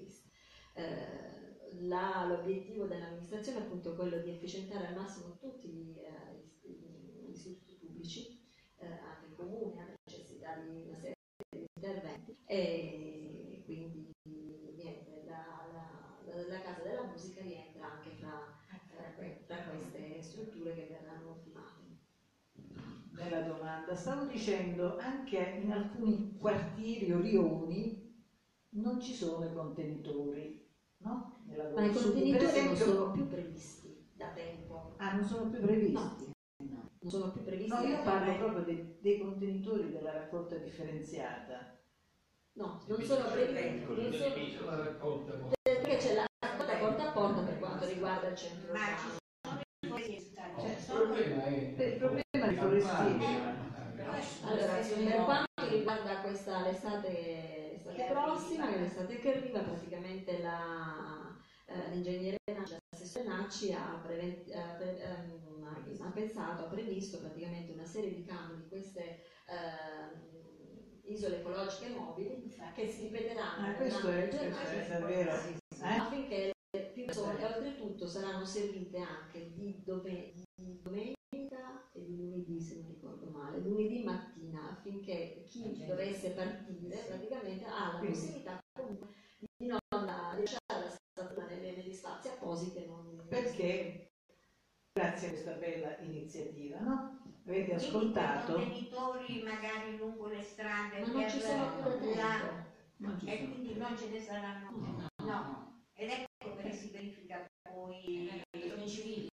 Eh, la, l'obiettivo dell'amministrazione è appunto quello di efficientare al massimo tutti gli, eh, gli istituti pubblici, eh, anche il comune ha necessità di una serie di interventi e quindi niente, la, la, la Casa della Musica rientra anche fra, eh, tra queste strutture che verranno ultimate. Bella domanda. Stavo dicendo, anche in alcuni quartieri o rioni non ci sono i contenitori. No? Ma i contenitori non sono più previsti da tempo. Ah, non sono più previsti? No, no. Non sono più previsti. No, io parlo tempo. proprio dei, dei contenitori della raccolta differenziata. No, non sono previsti. Non sono... La raccolta. Perché c'è la raccolta porta a porta per quanto riguarda il centro urbano. Cioè, il problema è il problema è forestiero. Allora, per quanto riguarda questa l'estate l'estate prossima e l'estate che arriva, praticamente la, eh, l'ingegnere Nacci, l'assessore Nacci ha, preven- ha, pre- um, ha pensato, ha previsto praticamente una serie di cambi di queste eh, isole ecologiche mobili che si ripeteranno ah, questo è, questo è vero, eh? affinché più persone, e oltretutto saranno servite anche di, dome- di domenica e di lunedì, se non ricordo male, lunedì mattina, affinché chi dovesse partire praticamente ha la possibilità comunque di non lasciare la stazione nelle, negli spazi appositi. Non... Perché grazie a questa bella iniziativa, no? Avete ascoltato? Quindi contenitori magari lungo le strade, ma non ci sono più da tempo. Non ci e sono. Quindi non ce ne saranno. No. no. no. Ed ecco perché si verifica poi i civili.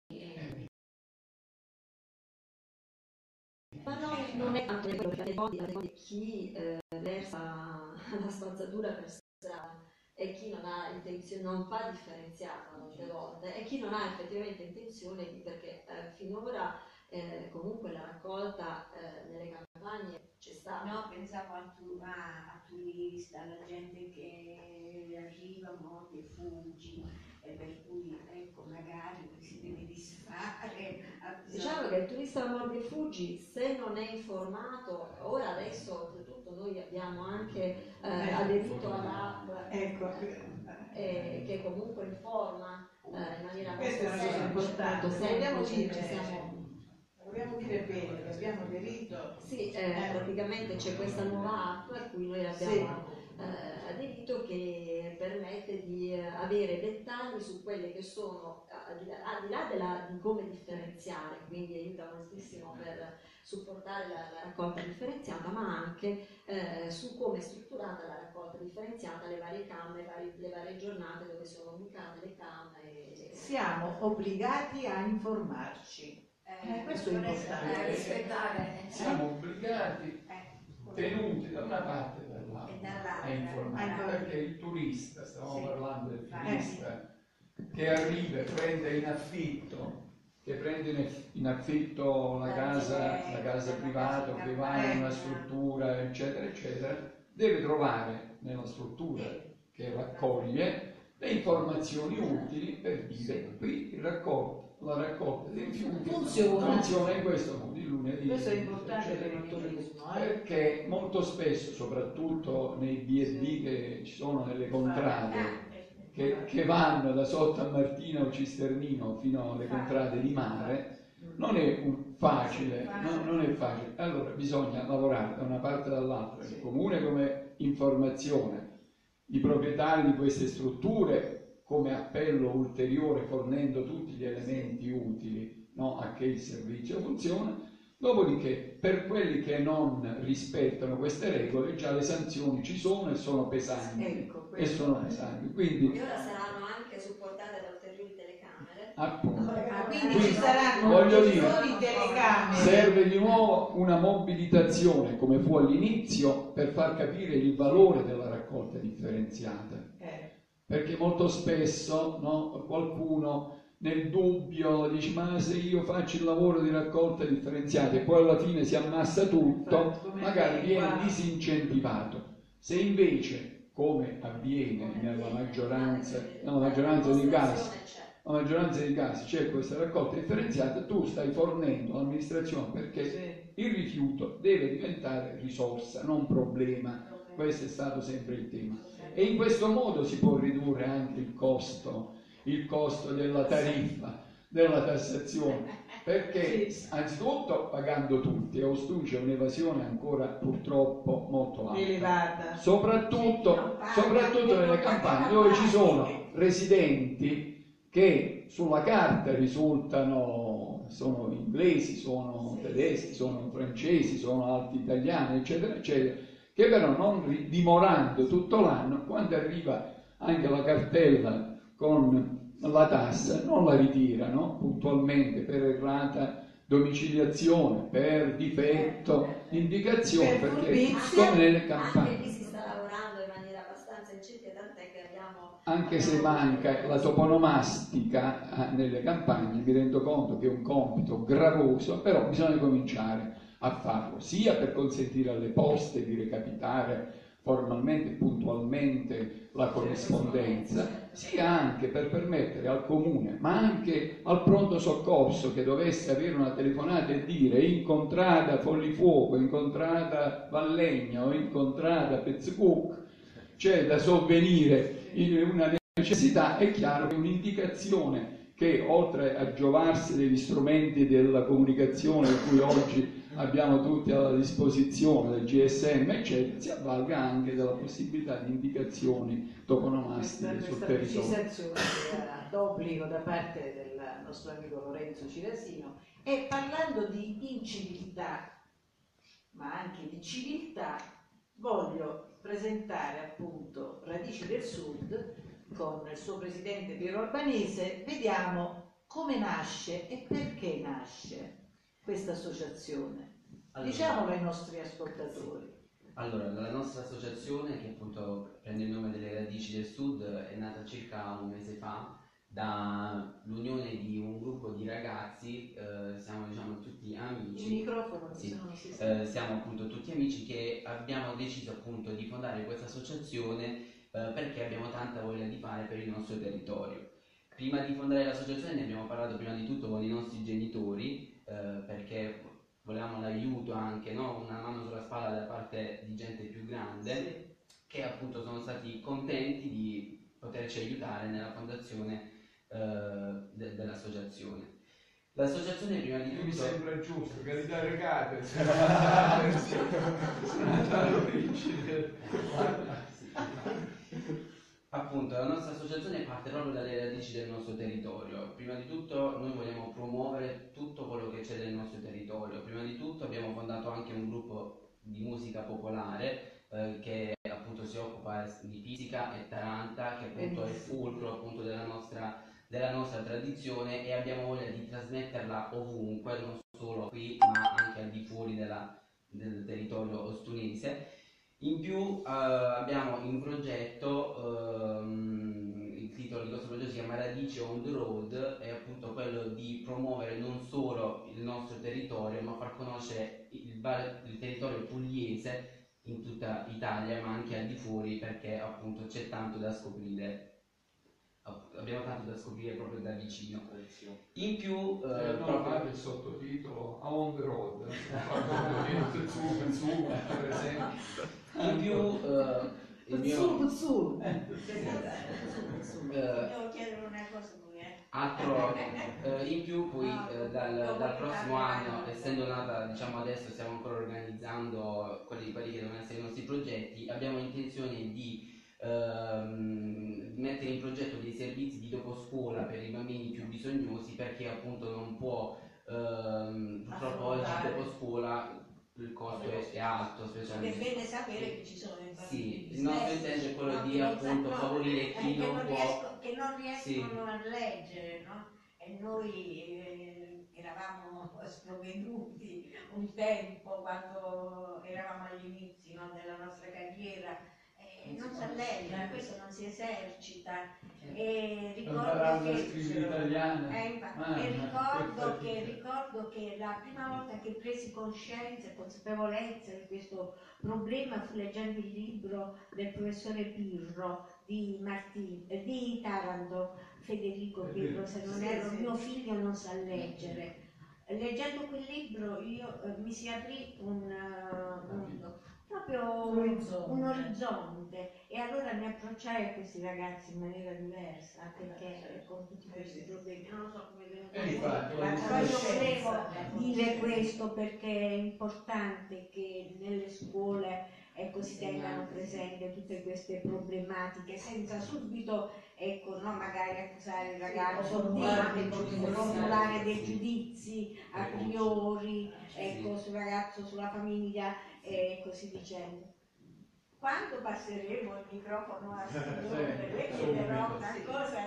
Ma no, non è tanto di chi eh, versa la spazzatura per strada e chi non ha intenzione, non fa differenziata molte volte e chi non ha effettivamente intenzione di, perché eh, finora eh, comunque la raccolta eh, nelle campagne c'è stata. No, pensavo a, tu, a, a turista, alla gente che arriva, no, che fuggi, e per cui ecco magari si deve disfare. Diciamo che il turista mordi e fuggi, se non è informato, ora adesso oltretutto noi abbiamo anche eh, aderito all'app Ecco. eh, che comunque informa eh, in maniera Questa è molto una cosa semplice, importante, molto vogliamo semplice, dire, ci siamo... vogliamo dire bene che abbiamo aderito. Sì, eh, praticamente c'è questa nuova app a cui noi abbiamo eh, aderito che permette di eh, avere dettagli su quelle che sono, al di là, al di là della, di come differenziare, quindi aiuta moltissimo per supportare la, la raccolta differenziata, ma anche eh, su come è strutturata la raccolta differenziata, le varie camme, le varie, le varie giornate dove sono ubicate le camme. E... Siamo obbligati a informarci. Eh, questo è importante. rispettare. Siamo obbligati, tenuti da una parte e dall'altra a informare, perché il turista, stavamo Sì. parlando del turista che arriva e prende in affitto, che prende in affitto la casa, la casa privata, che va in una struttura, eccetera, eccetera, deve trovare nella struttura che raccoglie le informazioni utili per dire qui il raccolto. La raccolta dei rifiuti Funziona. funziona in questo modo, il lunedì. Questo è importante per il turismo. Eh? Perché molto spesso, soprattutto nei B e B che ci sono nelle contrade, che, che vanno da sotto a Martina o Cisternino fino alle contrade di mare, non è un facile, no, non è facile. Allora bisogna lavorare da una parte e dall'altra, il comune come informazione, i proprietari di queste strutture come appello ulteriore fornendo tutti gli elementi utili, no, a che il servizio funziona. Dopodiché per quelli che non rispettano queste regole già le sanzioni ci sono e sono pesanti, Ecco, e sono pesanti. Quindi E ora saranno anche supportate da ulteriori telecamere. appunto, Ah, quindi Quindi, ci saranno voglio dire, ulteriori telecamere. serve di nuovo una mobilitazione come fu all'inizio per far capire il valore della raccolta differenziata. Eh. Perché molto spesso, no, qualcuno nel dubbio dice ma se io faccio il lavoro di raccolta differenziata e poi alla fine si ammassa tutto, magari viene disincentivato. Se invece, come avviene nella maggioranza, nella maggioranza dei casi, la maggioranza dei casi c'è questa raccolta differenziata, tu stai fornendo all'amministrazione perché il rifiuto deve diventare risorsa, non problema. Questo è stato sempre il tema. E in questo modo si può ridurre anche il costo, il costo della tariffa, della tassazione, perché anzitutto pagando tutti, e Ostucci è un'evasione ancora purtroppo molto alta, elevata, soprattutto, soprattutto nelle campagne dove ci sono residenti che sulla carta risultano, sono inglesi, sono tedeschi, sono francesi, sono alti italiani, eccetera, eccetera, che però non dimorando tutto l'anno, quando arriva anche la cartella con la tassa, non la ritirano puntualmente per errata domiciliazione, per difetto di indicazione, per perché come nelle campagne. Anche qui si sta lavorando in maniera abbastanza incisiva, tant'è che abbiamo... Anche se manca la toponomastica nelle campagne, mi rendo conto che è un compito gravoso, però bisogna cominciare a farlo, sia per consentire alle poste di recapitare formalmente e puntualmente la corrispondenza, sia anche per permettere al comune, ma anche al pronto soccorso che dovesse avere una telefonata e dire incontrata Follifuoco, incontrata Vallegna o incontrata Pezzuc, c'è da sovvenire una necessità, è chiaro che un'indicazione che oltre a giovarsi degli strumenti della comunicazione di cui oggi abbiamo tutti alla disposizione, del G S M eccetera, si avvalga anche della possibilità di indicazioni toponomastiche questa, sul questa territorio. precisazione era d'obbligo da parte del nostro amico Lorenzo Cirasino. E parlando di inciviltà ma anche di civiltà, voglio presentare appunto Radici del Sud con il suo presidente Piero Albanese. Vediamo come nasce e perché nasce questa associazione. Allora, Diciamolo ai nostri ascoltatori. Allora, la nostra associazione, che appunto prende il nome delle Radici del Sud, è nata circa un mese fa dall'unione di un gruppo di ragazzi, eh, siamo diciamo tutti amici. Il microfono, sì, se non si eh, siamo appunto tutti amici che abbiamo deciso appunto di fondare questa associazione eh, perché abbiamo tanta voglia di fare per il nostro territorio. prima di fondare l'associazione ne abbiamo parlato prima di tutto con i nostri genitori, eh, perché volevamo l'aiuto anche, no? Una mano sulla spalla da parte di gente più grande, sì, che appunto sono stati contenti di poterci aiutare nella fondazione eh, de- dell'associazione. L'associazione prima di tutto... Mi sembra giusto, carità regate, se Appunto, la nostra associazione parte proprio dalle radici del nostro territorio. Prima di tutto noi vogliamo promuovere tutto quello che c'è nel nostro territorio. Prima di tutto abbiamo fondato anche un gruppo di musica popolare eh, che appunto si occupa di fisica e taranta, che appunto è il fulcro appunto della nostra, della nostra tradizione, e abbiamo voglia di trasmetterla ovunque, non solo qui ma anche al di fuori della, del territorio ostunese. In più eh, abbiamo in progetto, ehm, il titolo di questo progetto si chiama Radici on the Road, è appunto quello di promuovere non solo il nostro territorio, ma far conoscere il, il territorio pugliese in tutta Italia, ma anche al di fuori, perché appunto c'è tanto da scoprire. Abbiamo tanto da scoprire proprio da vicino. In più, eh, eh, no, proprio il sottotitolo On the Road, su, su, per esempio. In più, uh, il mio... Puzzulu, eh, devo chiedere una cosa pure. Altro, eh, in più poi eh, dal, dal prossimo anno, essendo nata, diciamo adesso stiamo ancora organizzando quelli, quelli che devono essere i nostri progetti, abbiamo intenzione di ehm, mettere in progetto dei servizi di dopo scuola per i bambini più bisognosi, perché appunto non può, ehm, purtroppo oggi dopo scuola il costo è, è alto, specialmente. È bene sapere che ci sono i bambini. Sì, il nostro intento è quello di appunto no, favorire chi non, non può, riesco, che non riescono sì, a leggere, no? E noi eh, eravamo sprovveduti un tempo quando eravamo agli inizi, no, della nostra carriera. Eh, non si alleggia, questo non si esercita. E ricordo che, eh, e ricordo, che, ricordo che la prima volta che presi coscienza e consapevolezza di questo problema fu leggendo il libro del professore Pirro di, Martin, eh, di Taranto, Federico Pirro, se non erro, mio figlio non sa leggere. Leggendo quel libro io, eh, mi si aprì un, uh, un proprio un orizzonte, e allora mi approcciai a questi ragazzi in maniera diversa, perché con tutti questi problemi non lo so come venuto, ma io volevo dire questo perché è importante che nelle scuole, ecco, si tengano presenti tutte queste problematiche senza subito, ecco, no, magari accusare il ragazzo di formulare dei giudizi a priori, ecco, sul ragazzo, sulla famiglia e così dicendo. Quando passeremo il microfono a Signore, le chiederò una cosa.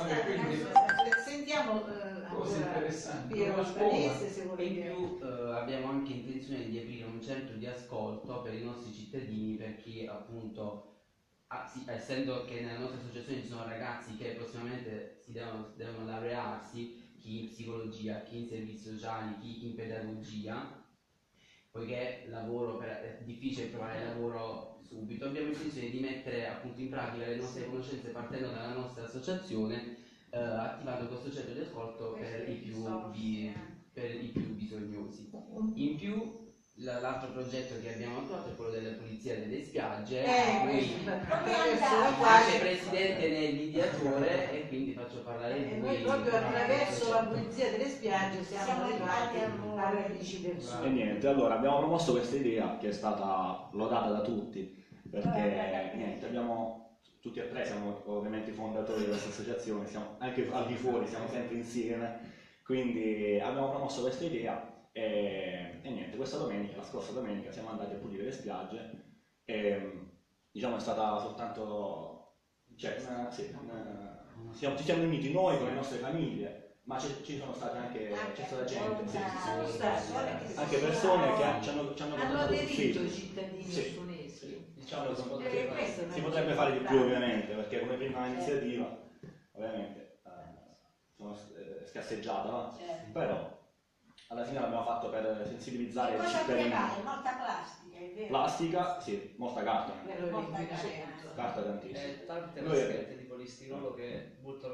Sentiamo cose interessanti. Piero Spadese, se vuole. In più eh, abbiamo anche intenzione di aprire un centro di ascolto per i nostri cittadini, perché appunto, ah, sì, essendo che nella nostra associazione ci sono ragazzi che prossimamente si devono, devono laurearsi, chi in psicologia, chi in servizi sociali, chi in pedagogia, poiché lavoro per, è difficile trovare lavoro subito, abbiamo intenzione di mettere appunto in pratica le nostre conoscenze partendo dalla nostra associazione, eh, attivando questo centro di ascolto per i più, bi, per i più bisognosi. In più l'altro progetto che abbiamo attuato è quello della pulizia delle spiagge, eh, cui vice presidente nel mediatore, e quindi faccio parlare eh, lui. Noi proprio attraverso la pulizia delle spiagge siamo, siamo arrivati a radici del sud. E niente, allora abbiamo promosso questa idea che è stata lodata da tutti, perché niente, abbiamo tutti e tre, siamo ovviamente i fondatori di questa associazione, siamo anche al di fuori, siamo sempre insieme, quindi abbiamo promosso questa idea. E, e niente, questa domenica, la scorsa domenica siamo andati a pulire le spiagge e diciamo è stata soltanto, cioè, una, sì, una, siamo, ci siamo riuniti noi con le nostre famiglie, ma ci, ci sono state anche, c'è stata gente, sì, sì, sì, anche persone che ci hanno, ci hanno, hanno aderito i cittadini ostunesi. Sì, diciamo, si potrebbe, si potrebbe fare di più ovviamente, perché come prima iniziativa ovviamente eh, sono eh, scasseggiata, no? Però alla fine l'abbiamo fatto per sensibilizzare i cittadini. Molta plastica, è vero? Plastica, sì, molta carta. Molta carta tantissima. E tante vaschette di polistirolo che buttano sicuramente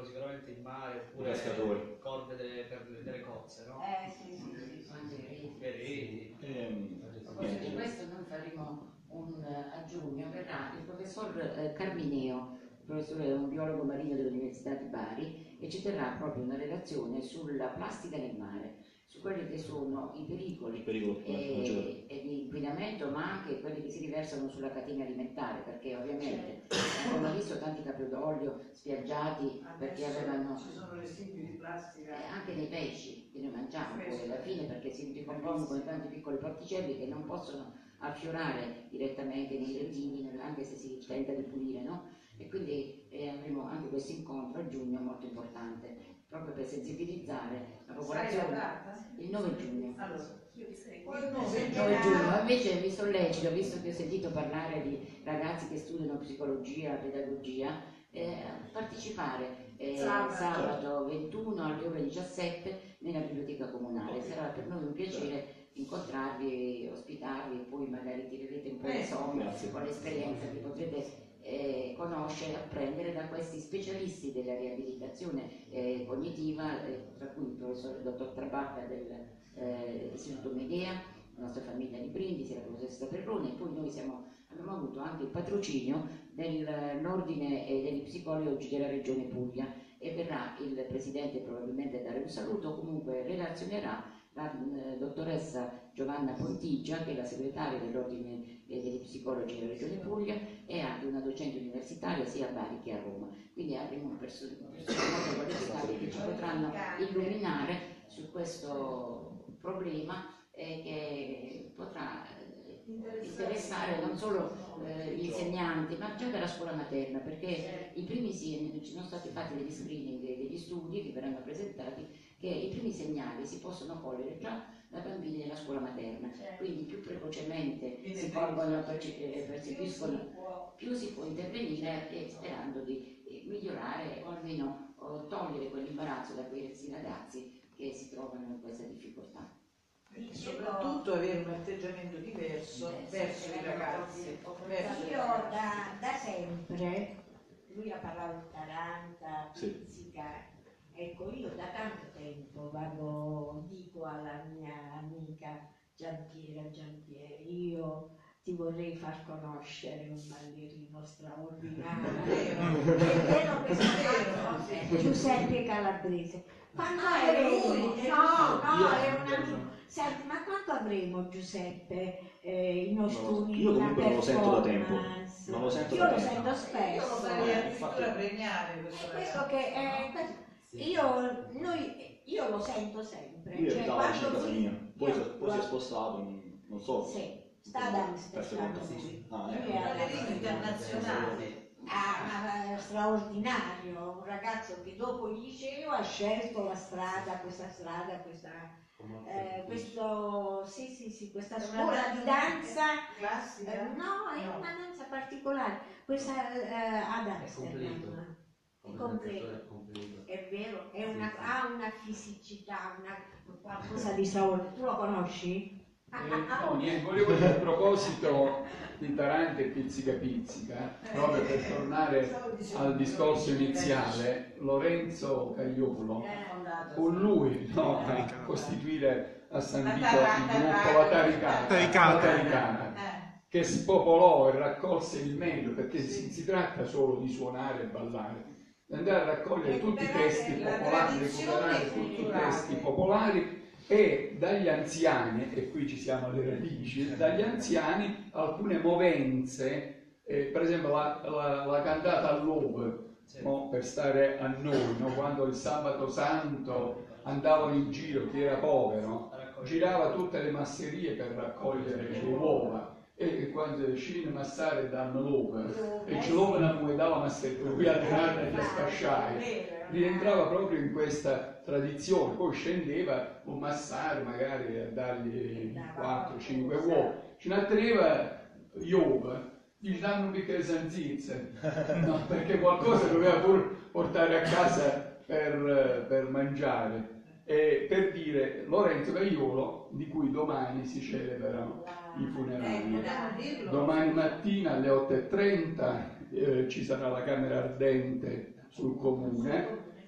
virgolette in mare, oppure pescatori, corde delle, per delle cozze, no? Eh sì, sì, sì, sì. Anche Le reti. Ehm, a proposito di questo noi faremo un, a giugno verrà il professor eh, Carmineo, il professore è un biologo marino dell'Università di Bari, e ci terrà proprio una relazione sulla plastica nel mare, su quelli che sono i pericoli, il pericolo e, e di inquinamento, ma anche quelli che si riversano sulla catena alimentare, perché ovviamente abbiamo visto tanti capi d'olio spiaggiati perché Adesso avevano ci sono residui di plastica eh, anche nei pesci che noi mangiamo poi alla fine, perché si ricompongono con tanti piccoli particelle che non possono affiorare direttamente nei retini, anche se si tenta di pulire, no? E quindi eh, avremo anche questo incontro a giugno molto importante, proprio per sensibilizzare la popolazione. Il nove giugno. Allora, Il nove giugno. Invece vi sollecito, visto che ho sentito parlare di ragazzi che studiano psicologia, pedagogia, eh, a partecipare eh, Sabato. sabato ventuno alle ore diciassette nella biblioteca comunale. Sarà per noi un piacere incontrarvi, ospitarvi, e poi magari tirerete un po' di somme Grazie. con l'esperienza che potrete eh, conoscere e apprendere da questi specialisti della riabilitazione eh, cognitiva, eh, tra cui il professor dottor Trabacca dell'Istituto eh, Medea, la nostra famiglia di Brindisi, la professoressa Perrone, e poi noi siamo, abbiamo avuto anche il patrocinio dell'ordine e degli psicologi della regione Puglia, e verrà il presidente probabilmente a dare un saluto, comunque relazionerà la eh, dottoressa Giovanna Pontigia, che è la segretaria dell'ordine eh, degli psicologi della regione Puglia, e anche una docente universitaria sia a Bari che a Roma. Quindi avremo persone molto qualificate che ci potranno illuminare su questo problema eh, che potrà eh, interessare non solo eh, gli insegnanti, ma già dalla scuola materna, perché i primi sì, ci sono stati fatti degli screening, degli studi che verranno presentati, che i primi segnali si possono cogliere già da bambini nella scuola materna, quindi più precocemente si colgono, perce- percepiscono, più si può intervenire, e sperando di eh, migliorare o almeno o togliere quell'imbarazzo da questi ragazzi che si trovano in questa difficoltà. e soprattutto avere un atteggiamento diverso verso i ragazzi. Verso i Io ragazzi. da, da sempre, lui ha parlato di Taranta, Sì. Pizzica, ecco, io da tanto tempo vado, dico alla mia amica Giampiera, Giampieri, io ti vorrei far conoscere un ballerino straordinario. È vero che sono Giuseppe Calabrese. Quando Ah, è avremo? lui, è No, no, Io- è un amico. Senti, ma quando avremo Giuseppe eh, i nostri Non lo so. in Io una comunque non lo sento da tempo. performance? Non lo sento Io da lo tempo. sento Io lo spesso. farei Eh, addirittura infatti- premiare questo È questo ragazzo. che è, questo- io, noi, io lo sento sempre. Lui cioè, abitava vicino a casa lui- mia, poi, io si- poi si è lo- spostato, non, non so. Sì, sta ad Amsterdam. Per secondo. lui. Ah, Lui ecco. è ad Ballerino Amsterdam. internazionale. Ah, ma straordinario, un ragazzo che dopo il liceo ha scelto la strada, questa strada, questa, eh, questo, sì, sì, sì, questa Una scuola danza di danza. classica? Eh, no, è No. una danza particolare, questa eh, ad È Amsterdam. completo. È completo. È completo. È vero, è Sì, una- sì. ha una fisicità, una, qualcosa di straordinario. Tu lo conosci? Ah, Eh, ah, ah, no, niente, volevo dire a proposito di Taranta e Pizzica Pizzica, proprio per tornare al discorso iniziale, Lorenzo Cagliolo, con lui no, a costituire a San Vito il gruppo La Taricata, Taricata. La Taricata, che spopolò e raccolse il meglio, perché si, si tratta solo di suonare e ballare, di andare a raccogliere tutti i testi la popolari, tradizione recuperare tutti i culturale. testi popolari, e dagli anziani, e qui ci siamo alle radici, dagli anziani alcune movenze, eh, per esempio la, la, la cantata all'Ove, no, per stare a noi, no, quando il sabato santo andavano in giro, chi era povero, girava tutte le masserie per raccogliere le uova, e quando scende massare danno l'uova, e ci l'uova dava masseria, qui a tirare gli sfasciai, rientrava proprio in questa tradizione, poi scendeva un massare magari a dargli quattro cinque uova, ce ne teneva gli uova, gli danno un bicchiere di zanzizze, no, perché qualcosa doveva pur portare a casa per, per mangiare. E per dire Lorenzo Cagliolo, di cui domani si celebrano i funerali. Domani mattina alle otto e trenta eh, ci sarà la camera ardente sul comune,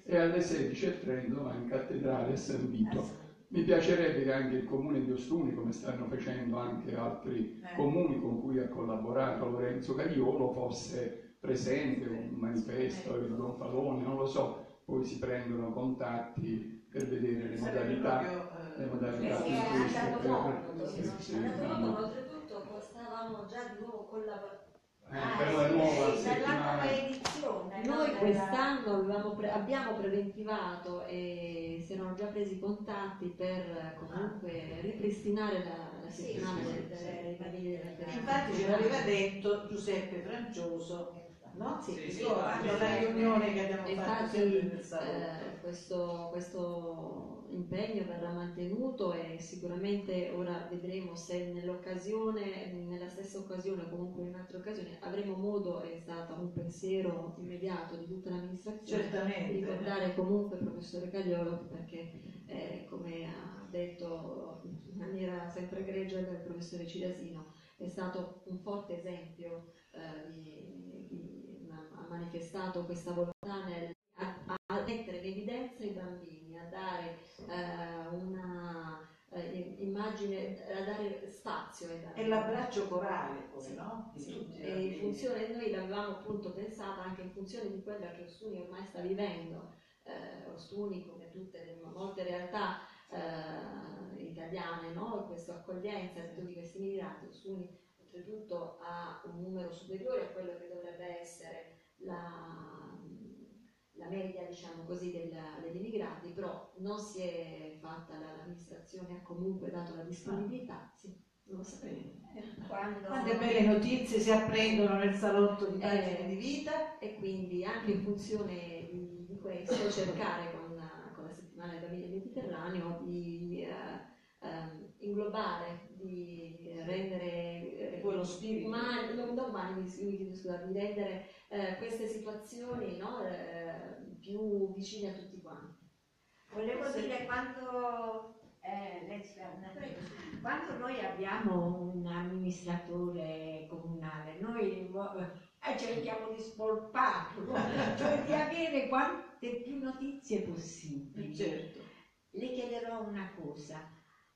e alle sedici e trenta va in cattedrale a San Vito. Mi piacerebbe che anche il comune di Ostuni, come stanno facendo anche altri Eh. comuni con cui ha collaborato Lorenzo Cagliolo, fosse presente con un manifesto, il gonfalone, non lo so, poi si prendono contatti per vedere le Sarebbe modalità, proprio, eh, le modalità Perché più è giuste andato per- comodo, sì, sì, sì, è andato no, comodo, no. oltretutto stavamo già di nuovo collaborando. Eh, Ah, per sì, la nuova sì, per la settimana. nuova edizione. no? Noi Della- quest'anno avevamo pre- abbiamo preventivato e si erano già presi contatti per comunque ripristinare la, la Sì, settimana sì, sì, del- sì. dei bambini della Terra. Infatti ce l'aveva detto Giuseppe Francioso, no? Sì, Sì, sì, Ricordi sì, la sì. riunione che abbiamo fatto Infatti sempre nel salotto. eh, questo, questo impegno verrà mantenuto e sicuramente ora vedremo se nell'occasione, nella stessa occasione o comunque in un'altra occasione avremo modo, è stato un pensiero immediato di tutta l'amministrazione, di Certamente. ricordare comunque il professore Cagliolo perché eh, come ha detto in maniera sempre egregia il professore Cirasino è stato un forte esempio, eh, di, di- ha manifestato questa volontà nel, a, a mettere in evidenza i bambini, a dare eh, una eh, immagine, a dare spazio ai bambini. E l'abbraccio corale poi, Sì, no? Di sì. tutti i E in bambini. funzione, noi l'avevamo appunto pensato anche in funzione di quella che Ostuni ormai sta vivendo, eh, Ostuni come tutte le molte realtà eh, italiane, no? Questa accoglienza di tutti questi immigrati, Ostuni oltretutto ha un numero superiore a quello che dovrebbe essere la, la media, diciamo così, della- degli immigrati, però non si è fatta, la- l'amministrazione ha comunque dato la disponibilità, sì, non lo sapevo. Quando... Quante belle notizie si apprendono nel salotto di pagine Eh, di vita. E quindi anche in funzione di, di questo cercare con, la- con la settimana dei bambini del Mediterraneo di eh, ehm, inglobare, di rendere eh, Poi lo spirito. umani, non non umani, mi scusi, mi scusa, di rendere eh, queste situazioni, no, eh, più vicine a tutti quanti. Volevo dire quando, eh, lei si fa una- quando noi abbiamo un amministratore comunale, noi eh, cerchiamo di spolparlo, cioè di avere quante più notizie possibili. Certo. Le chiederò una cosa.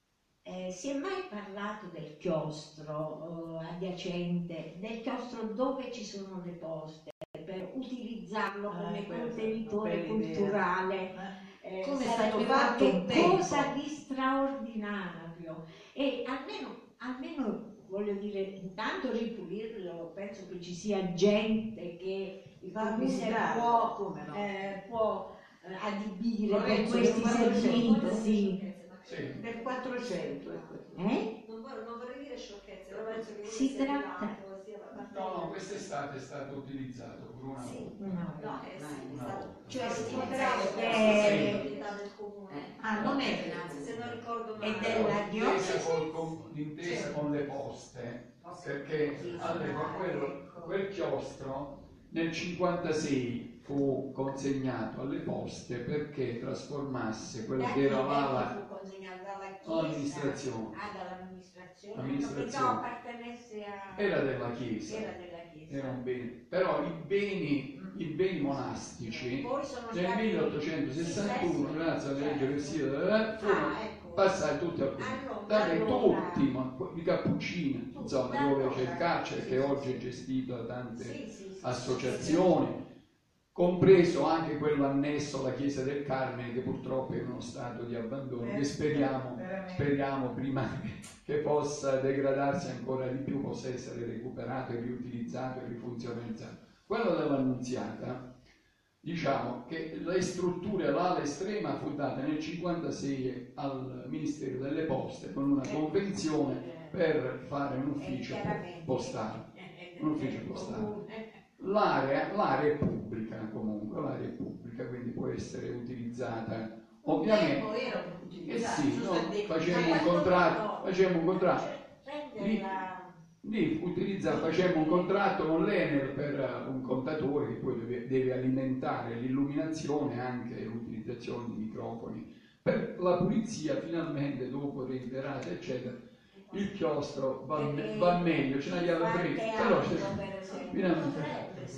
Eh, si è mai parlato del chiostro eh, adiacente, del chiostro dove ci sono le poste, per utilizzarlo Ah, come questa è una contenitore bella idea. culturale? Eh, Eh, Come è sarebbe stato fatto un tempo. qualcosa di straordinario e almeno, almeno voglio dire, intanto ripulirlo, penso che ci sia gente che il Va a comune visitare, può, come no? eh, può eh, adibire per Lorenzo, questi nel quattrocento. servizi. Sì. Nel quattrocento è questo. Eh? Non, vorrei, non vorrei dire sciocchezze, però penso che Si sia tratta- arrivato, sia abbastanza- No, no, quest'estate è stato utilizzato per una Sì, volta. no, No, è, vai. sì, è Una stato- volta. Cioè, si si potrebbe potrebbe- essere proprietà del comune. Eh. Ah, non è Anzi, se non ricordo male. E della D'intesa diocesi? col com- d'intesa con le poste, perché allora, quello- quel chiostro nel cinquantasei fu consegnato alle poste perché trasformasse quello che era l'ala fu consegnato dalla Chiesa, all'amministrazione. ah, dall'amministrazione, Amministrazione. pensavo appartenesse a... Era della Chiesa, era della Chiesa. era un bene. Però i beni, i beni monastici Poi sono nel stati- milleottocentosessantuno, sì, grazie alla legge certo. Versilia, furono Ah, ecco. passati tutti al comune. Allora, Dai, allora- tutti, ma i cappuccini, insomma, dove c'è il carcere Sì, che sì, oggi sì. è gestito da tante Sì, sì, sì, associazioni, compreso anche quello annesso alla Chiesa del Carmine che purtroppo è in uno stato di abbandono che speriamo, Veramente. speriamo prima che possa degradarsi ancora di più, possa essere recuperato e riutilizzato e rifunzionalizzato. Quello dell'Annunziata, diciamo che le strutture, l'ala estrema fu data nel cinquantasei al Ministero delle Poste con una convenzione per fare un ufficio postale. Un ufficio postale. L'area, l'area è pubblica comunque, l'area è pubblica, quindi può essere utilizzata ovviamente. Tempo era Eh utilizzato, sì, sono no, stati- facemmo Ma un quando contratto, no? facemmo un contratto. Lì- Prenderla... di utilizzare, facciamo un contratto con l'Enel per un contatore che poi deve, deve alimentare l'illuminazione e anche l'utilizzazione di microfoni per la pulizia. Finalmente, dopo reiterate eccetera, il chiostro va, me- va meglio, ce n'abbiamo prima, però c'è finalmente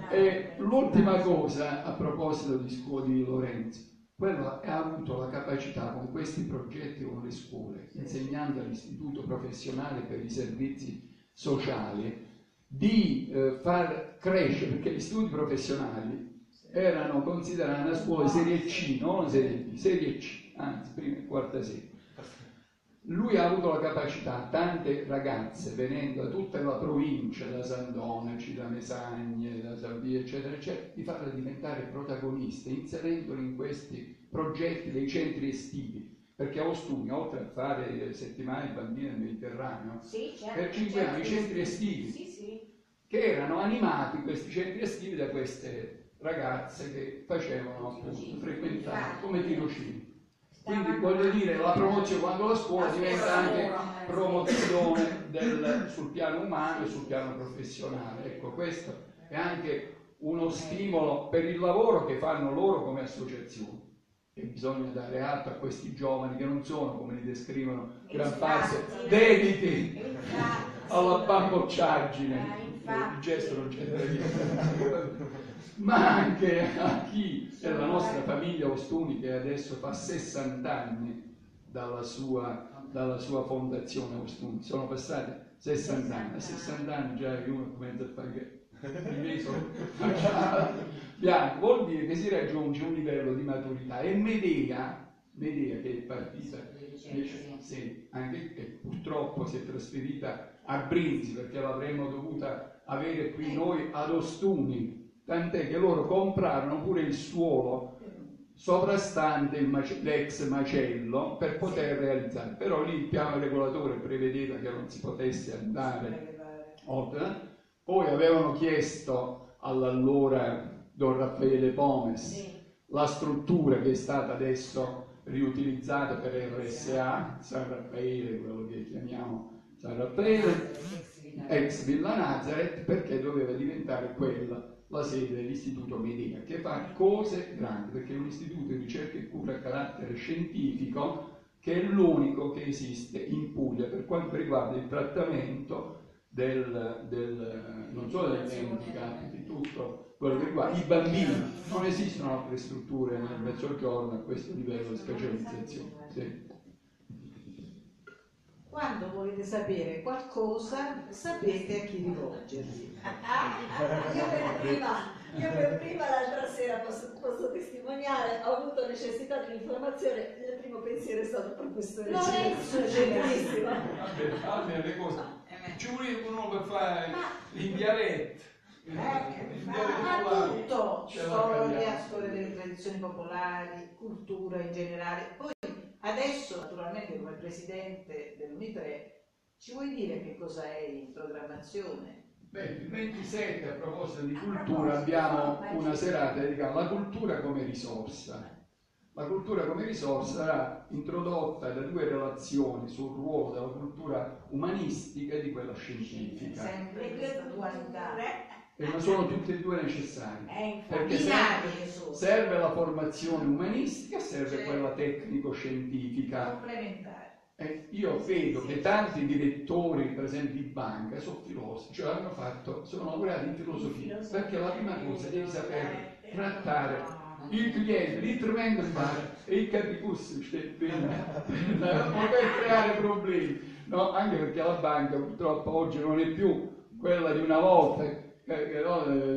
E l'ultima cosa a proposito di scuole di Lorenzo, quello ha avuto la capacità con questi progetti con le scuole, insegnando all'istituto professionale per i servizi sociali, di eh, far crescere, perché gli istituti professionali erano considerati una scuola serie C, non serie B, serie C, anzi prima e quarta serie. Lui ha avuto la capacità, tante ragazze venendo da tutta la provincia, da Sandonaci, da Mesagne, da Salvia, eccetera, eccetera, di farle diventare protagoniste, inserendole in questi progetti dei centri estivi. Perché a Ostuni, oltre a fare settimane bambine nel Mediterraneo, sì, certo, per cinque anni i centri estivi, sì, sì. che erano animati, questi centri estivi, da queste ragazze che facevano, appunto, frequentare come tirocini. Quindi voglio dire, la promozione, quando la scuola diventa anche promozione del, sul piano umano e sul piano professionale. Ecco, questo è anche uno stimolo per il lavoro che fanno loro come associazione. E bisogna dare atto a questi giovani che non sono, come li descrivono gran parte, dediti alla bambocciaggine. Il gesto non c'è da dire. Ma anche a chi è la nostra famiglia Ostuni, che adesso fa sessanta anni dalla sua, dalla sua fondazione Ostuni. Sono passati sessanta anni, a sessanta anni già uno comincia a fare che bianco, vuol dire che si raggiunge un livello di maturità. E Medea, Medea che è partita, sì, anche che purtroppo si è trasferita a Brindisi, perché l'avremmo dovuta avere qui noi ad Ostuni, tant'è che loro comprarono pure il suolo sovrastante il mace- l'ex macello per poter realizzare, però lì il piano regolatore prevedeva che non si potesse andare oltre. Poi avevano chiesto all'allora Don Raffaele Pomes la struttura che è stata adesso riutilizzata per R S A, San Raffaele, quello che chiamiamo San Raffaele, ex Villa Nazareth, perché doveva diventare quella la sede dell'Istituto Medea, che fa cose grandi, perché è un istituto di ricerca e cura a carattere scientifico, che è l'unico che esiste in Puglia per quanto riguarda il trattamento del, del non solo degli handicap, di tutto quello che riguarda i bambini. Non esistono altre strutture nel Mezzogiorno a questo livello di specializzazione. Sì. Quando volete sapere qualcosa, sapete a chi rivolgervi. Io per prima, io per prima l'altra sera posso, posso testimoniare, ho avuto necessità di informazione, il primo pensiero è stato il professore Lorenzo gentilissimo. Vabbè, almeno le cose. Ci voleva uno per fare in dialetto. Ma tutto, storia, storia delle tradizioni popolari, cultura in generale. Poi adesso, naturalmente, come presidente dell'Unitre, ci vuoi dire che cosa è in programmazione? Beh, il ventisette, a proposito di cultura, abbiamo una serata dedicata alla cultura come risorsa. La cultura come risorsa sarà introdotta da due relazioni sul ruolo della cultura umanistica e di quella scientifica. Sempre questa dualità. E ma sono tutte e due necessarie, Eh, perché serve, serve la formazione umanistica e serve Certo. quella tecnico-scientifica. Complementare. E io vedo che tanti direttori, per esempio di banca, sono filosofi, cioè hanno fatto, sono laureati in filosofia, perché la prima cosa devi sapere trattare il cliente, l'intervento fare e il capicus per poter creare problemi, no? Anche perché la banca purtroppo oggi non è più quella di una volta, eh, no,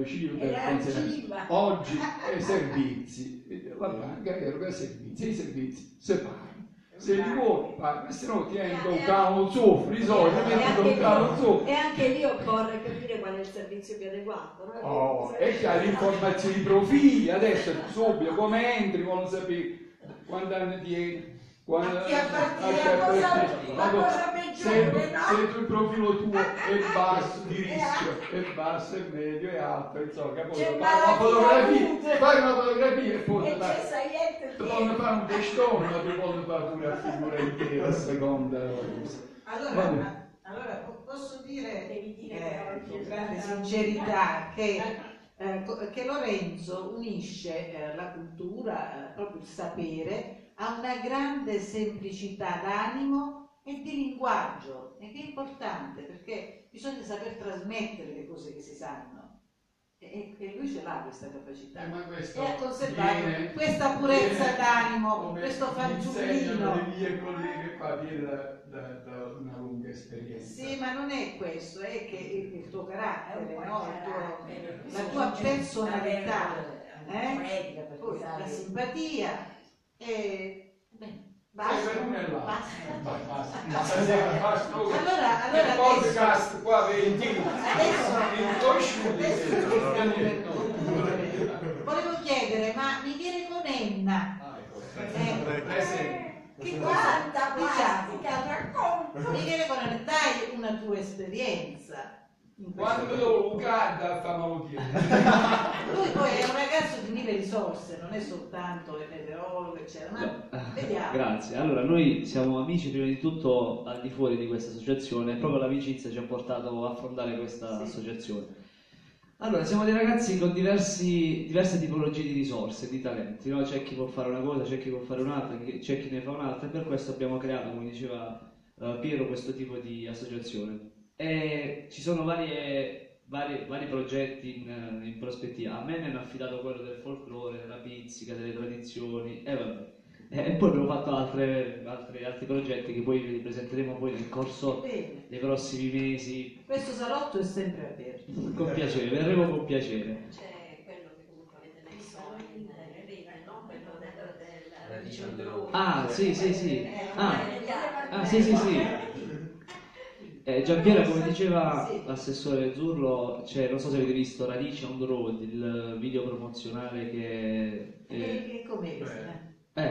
Civa, oggi è servizi, la banca eroga servizi e i servizi separano. Se li vuoi, ma se no ti hai toccato un soffri, i soldi, metti toccato un soffri. E anche lì occorre capire qual è il servizio più adeguato, no? Oh, e che hai le informazioni di profili, adesso subito come entri, vogliono sapere quanti anni tieni, quando, Ti appartiene, la cosa, la cosa peggiore, se, no? se tu il profilo tuo è basso di rischio, è basso, è medio, è alto, insomma, poi fai una fotografia, fai una fotografia e poi E c'è saliente ti vogliono fare un testone, ma ti vogliono fare pure una figura intera a seconda. Allora, allora posso dire eh, con grande sincerità che, eh, che Lorenzo unisce eh, la cultura, eh, proprio il sapere, a una grande semplicità d'animo e di linguaggio, e che è importante perché bisogna saper trasmettere le cose che si sanno. E, e lui ce l'ha questa capacità. Eh, ma questo e ha conservato viene, questa purezza viene, d'animo, questo fanciullino. Le mie colleghe qua viene da, da, da una lunga esperienza. Sì, ma non è questo, è che il, il tuo carattere, È un no? po' Il tuo- carattere. la tua personalità, eh? eh? Poi la simpatia e Basta, Sai, per me è là. basta. Basta, basta, basta, basta. Allora, allora il adesso- podcast qua venti Adesso- incosciuti. volevo chiedere, ma mi viene con Enna? Ah, ecco. Eh, Presente. che Quanta diciamo? plastica racconto! Mi viene con Enna, dai una tua esperienza. in questo Quando devo Uganda stavamo chiedendo. Lui poi è un ragazzo di mille risorse, non è soltanto il meteorologo, eccetera, ma vediamo. Grazie. Allora, noi siamo amici prima di tutto al di fuori di questa associazione, e proprio l'amicizia ci ha portato a fondare questa Sì. associazione. Allora, siamo dei ragazzi con diversi, diverse tipologie di risorse, di talenti, no? C'è chi può fare una cosa, c'è chi può fare un'altra, c'è chi ne fa un'altra, e per questo abbiamo creato, come diceva eh, Piero, questo tipo di associazione. E ci sono varie, vari, vari progetti in, in prospettiva. A me mi hanno affidato quello del folklore, della pizzica, delle tradizioni e vabbè. E, e poi abbiamo fatto altre, altre, altri progetti che poi vi presenteremo poi nel corso Bene. dei prossimi mesi. Questo salotto è sempre aperto. Con piacere, verremo con piacere. C'è quello che comunque avete messo in rete, no? Quello del, del Radici del on the gruppo. road. Ah, sì, sì, sì. Eh, Ah, eh, ah sì, sì, sì. Eh, Giampiera, come diceva Sì. l'assessore Zurlo, c'è, non so se avete visto Radici on the Road, il video promozionale che... E eh, che com'è questa? Eh.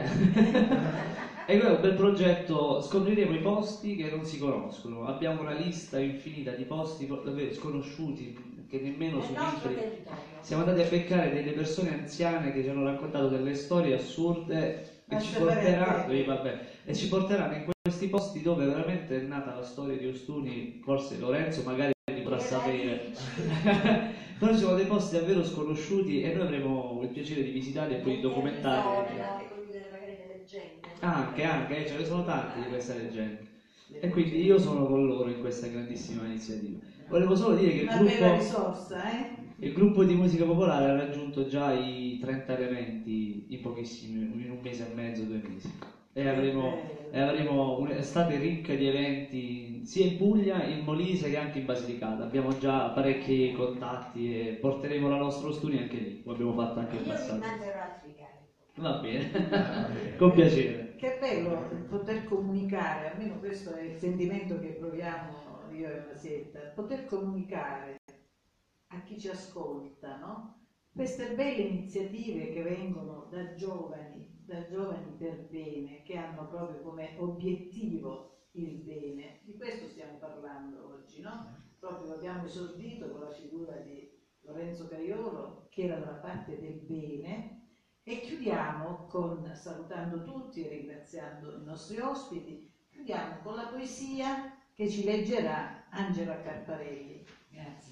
E quello è un bel progetto, scopriremo i posti che non si conoscono, abbiamo una lista infinita di posti davvero sconosciuti che nemmeno su Nel nostro libri. territorio. Siamo andati a beccare delle persone anziane che ci hanno raccontato delle storie assurde e ci, Lascia fare a porteranno, te. eh, vabbè, e ci porteranno in questi posti dove veramente è nata la storia di Ostuni, forse Lorenzo magari li potrà sapere. Però ci sono dei posti davvero sconosciuti e noi avremo il piacere di visitarli e poi di documentarli. Anche condividere magari le leggende. Anche, anche, eh, ce ne sono tante di queste leggende. E quindi io sono con loro in questa grandissima iniziativa. Volevo solo dire che il Una bella gruppo, risorsa, eh? il gruppo di musica popolare ha raggiunto già i trenta elementi in pochissimi, in un mese e mezzo, due mesi. E avremo, e avremo un'estate ricca di eventi sia in Puglia, in Molise che anche in Basilicata. Abbiamo già parecchi contatti e porteremo la nostra Ostuni anche lì, come abbiamo fatto anche in Io vi passato. manderò a spiegare. Va bene, con piacere. Che bello poter comunicare, almeno questo è il sentimento che proviamo io e Masietta, poter comunicare a chi ci ascolta, no? Queste belle iniziative che vengono da giovani, da giovani per bene, che hanno proprio come obiettivo il bene. Di questo stiamo parlando oggi, no? Proprio abbiamo esordito con la figura di Lorenzo Caiolo, che era dalla parte del bene, e chiudiamo con, salutando tutti e ringraziando i nostri ospiti, chiudiamo con la poesia che ci leggerà Angela Carparelli. Grazie.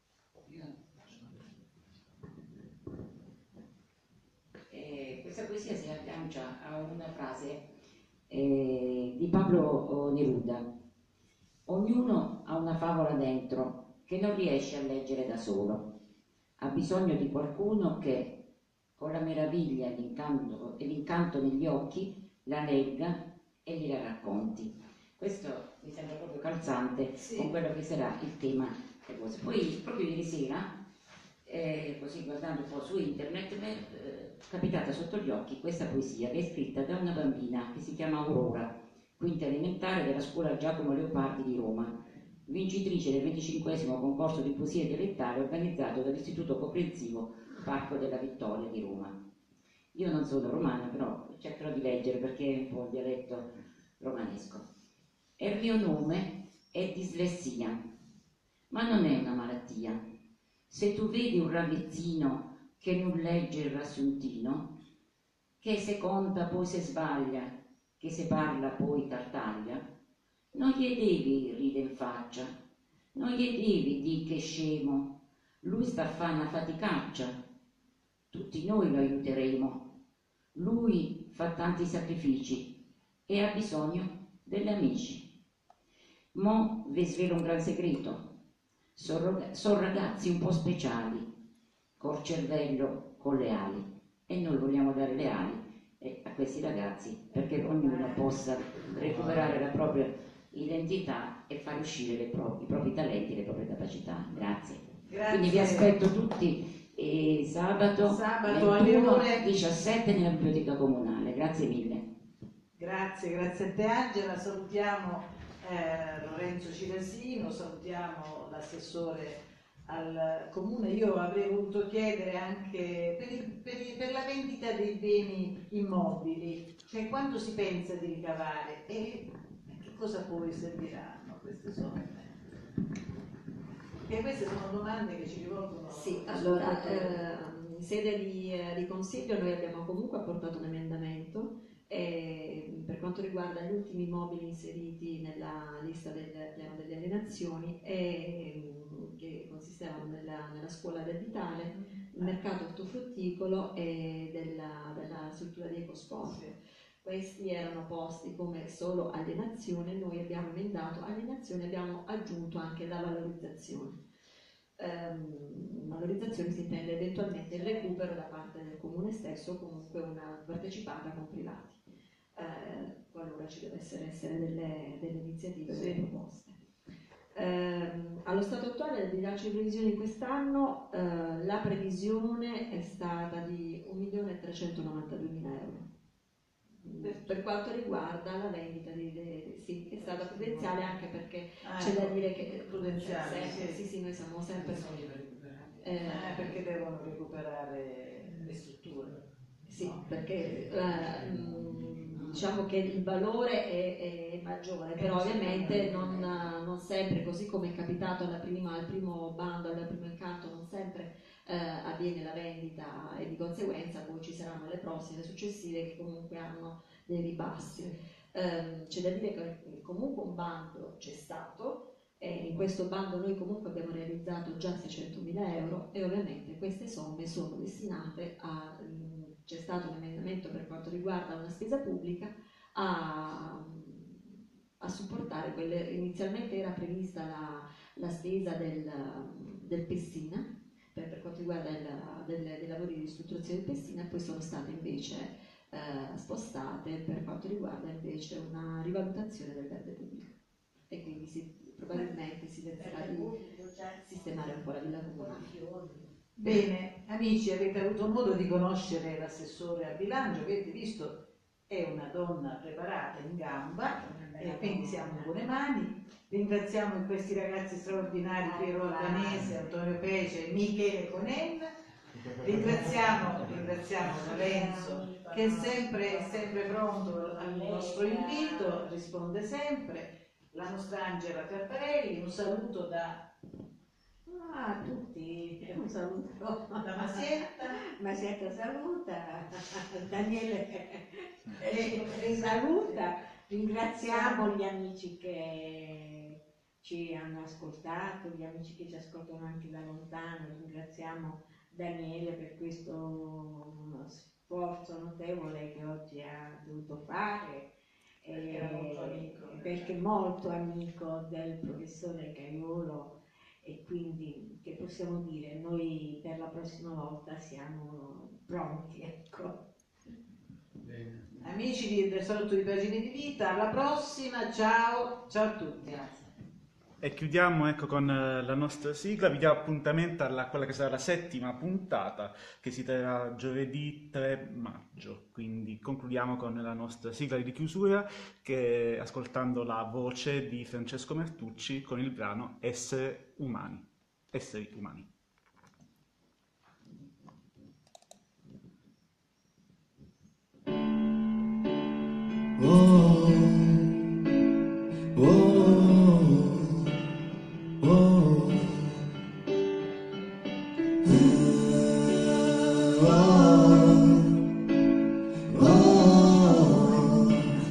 Eh, questa poesia si aggancia a una frase eh, di Pablo Neruda. Ognuno ha una favola dentro che non riesce a leggere da solo. Ha bisogno di qualcuno che, con la meraviglia e l'incanto, e l'incanto negli occhi, la legga e gliela racconti. Questo mi sembra proprio calzante Sì. con quello che sarà il tema delle cose. Poi, proprio ieri sera, eh, così guardando un po' su internet, mi è eh, capitata sotto gli occhi questa poesia che è scritta da una bambina che si chiama Aurora, quinta elementare della scuola Giacomo Leopardi di Roma, vincitrice del venticinquesimo concorso di poesia dialettale organizzato dall'Istituto Comprensivo Parco della Vittoria di Roma. Io non sono romana, però cercherò di leggere perché è un po' il dialetto romanesco. E il mio nome è dislessia, ma non è una malattia. Se tu vedi un ragazzino che non legge il riassuntino, che se conta poi se sbaglia, che se parla poi tartaglia, non gli devi ride in faccia, non gli devi di che scemo, lui sta a fare una faticaccia, tutti noi lo aiuteremo, lui fa tanti sacrifici e ha bisogno degli amici. Mo' vi svelo un gran segreto, sono son ragazzi un po' speciali, col cervello, con le ali, e noi vogliamo dare le ali eh, a questi ragazzi perché ognuno possa recuperare la propria identità e far uscire le pro- i propri talenti, le proprie capacità. Grazie. Grazie. Quindi vi aspetto tutti eh, sabato, Sabato alle ventuno ore diciassette nella biblioteca comunale. Grazie mille. Grazie, grazie a te Angela, salutiamo eh, Lorenzo Cirasino, salutiamo l'assessore al comune. Io avrei voluto chiedere anche per, il, per, il, per la vendita dei beni immobili, cioè quanto si pensa di ricavare e che cosa poi serviranno queste somme? Perché queste sono domande che ci rivolgono. Sì, allora eh, in sede di, eh, di consiglio noi abbiamo comunque apportato un emendamento e per quanto riguarda gli ultimi immobili inseriti nella lista del piano delle alienazioni e, che consistevano nella, nella scuola del Vitale, il mercato ortofrutticolo e della, della struttura di ecosport. Questi erano posti come solo alienazione, noi abbiamo emendato alienazione, abbiamo aggiunto anche la valorizzazione. Ehm, valorizzazione si intende eventualmente il recupero da parte del comune stesso o comunque una partecipata con privati, eh, qualora ci dovessero essere delle, delle iniziative, sì. delle proposte. Ehm, allo stato attuale del bilancio di previsione di quest'anno eh, la previsione è stata di un milione trecentonovantaduemila euro. Per quanto riguarda la vendita di, di, sì, è stata prudenziale anche perché ah, c'è da dire che prudenziale, sempre, sì. sì, sì, noi siamo sempre eh, perché devono recuperare le strutture. Sì, perché eh, diciamo che il valore è, è maggiore, però ovviamente non, non sempre, così come è capitato alla prima, al primo bando, al primo incanto, non sempre eh, avviene la vendita e di conseguenza poi ci saranno le prossime, le successive che comunque hanno dei ribassi. Eh, c'è da dire che comunque un bando c'è stato e in questo bando noi comunque abbiamo realizzato già seicentomila euro e ovviamente queste somme sono destinate a, c'è stato un emendamento per quanto riguarda una spesa pubblica a, a supportare quelle, inizialmente era prevista la, la spesa del, del Pessina per, per quanto riguarda il, del, dei lavori di ristrutturazione del Pessina e poi sono state invece eh, spostate per quanto riguarda invece una rivalutazione del verde pubblico e quindi si probabilmente si tenterà di sistemare un po' la villa comunale. Bene, amici, avete avuto modo di conoscere l'assessore al bilancio, avete visto è una donna preparata in gamba e quindi siamo in buone mani. Ringraziamo questi ragazzi straordinari, Piero Albanese, Antonio Pece e Michele Conen. Ringraziamo, ringraziamo Lorenzo che è sempre, è sempre pronto al nostro invito, risponde sempre. La nostra Angela Carparelli, un saluto da ah, tutti, un saluto da Masietta. Masietta saluta, Daniele eh, saluta, ringraziamo gli amici che ci hanno ascoltato, gli amici che ci ascoltano anche da lontano, ringraziamo Daniele per questo sforzo notevole che oggi ha dovuto fare. Perché era molto amico, perché è molto amico del professore Caiolo e quindi che possiamo dire, noi per la prossima volta siamo pronti, ecco. Bene. Amici del saluto di Pagine di Vita, alla prossima, ciao, ciao a tutti. Grazie. E chiudiamo ecco, con la nostra sigla, vi diamo appuntamento a quella che sarà la settima puntata che si terrà giovedì tre maggio, quindi concludiamo con la nostra sigla di chiusura che ascoltando la voce di Francesco Mertucci con il brano Essere umani, esseri umani. Oh, oh. Oh, oh, oh.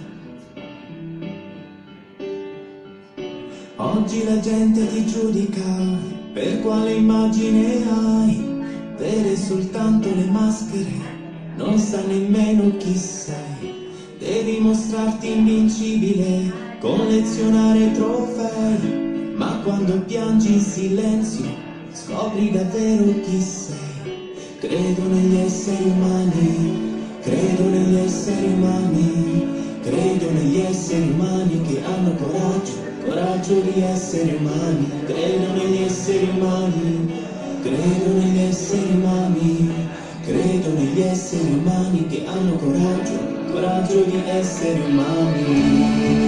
Oggi la gente ti giudica per quale immagine hai, vede soltanto le maschere, non sa nemmeno chi sei, devi mostrarti invincibile, collezionare trofei. Ma quando piangi in silenzio scopri davvero chi sei. credo negli esseri umani, credo negli esseri umani, credo negli esseri umani che hanno coraggio, coraggio di esseri umani, credo negli esseri umani, credo negli esseri umani, credo negli esseri umani che hanno coraggio, coraggio di esseri umani.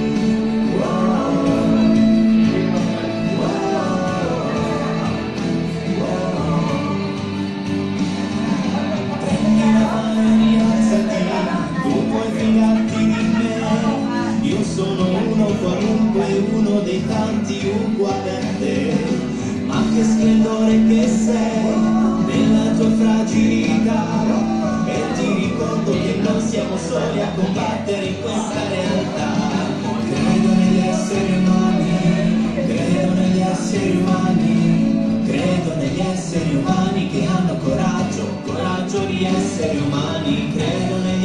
Sono uno qualunque, uno dei tanti uguale a te, ma che splendore che sei nella tua fragilità, e ti ricordo che non siamo soli a combattere in questa realtà. Credo negli esseri umani, credo negli esseri umani, credo negli esseri umani che hanno coraggio, coraggio di esseri umani, credo negli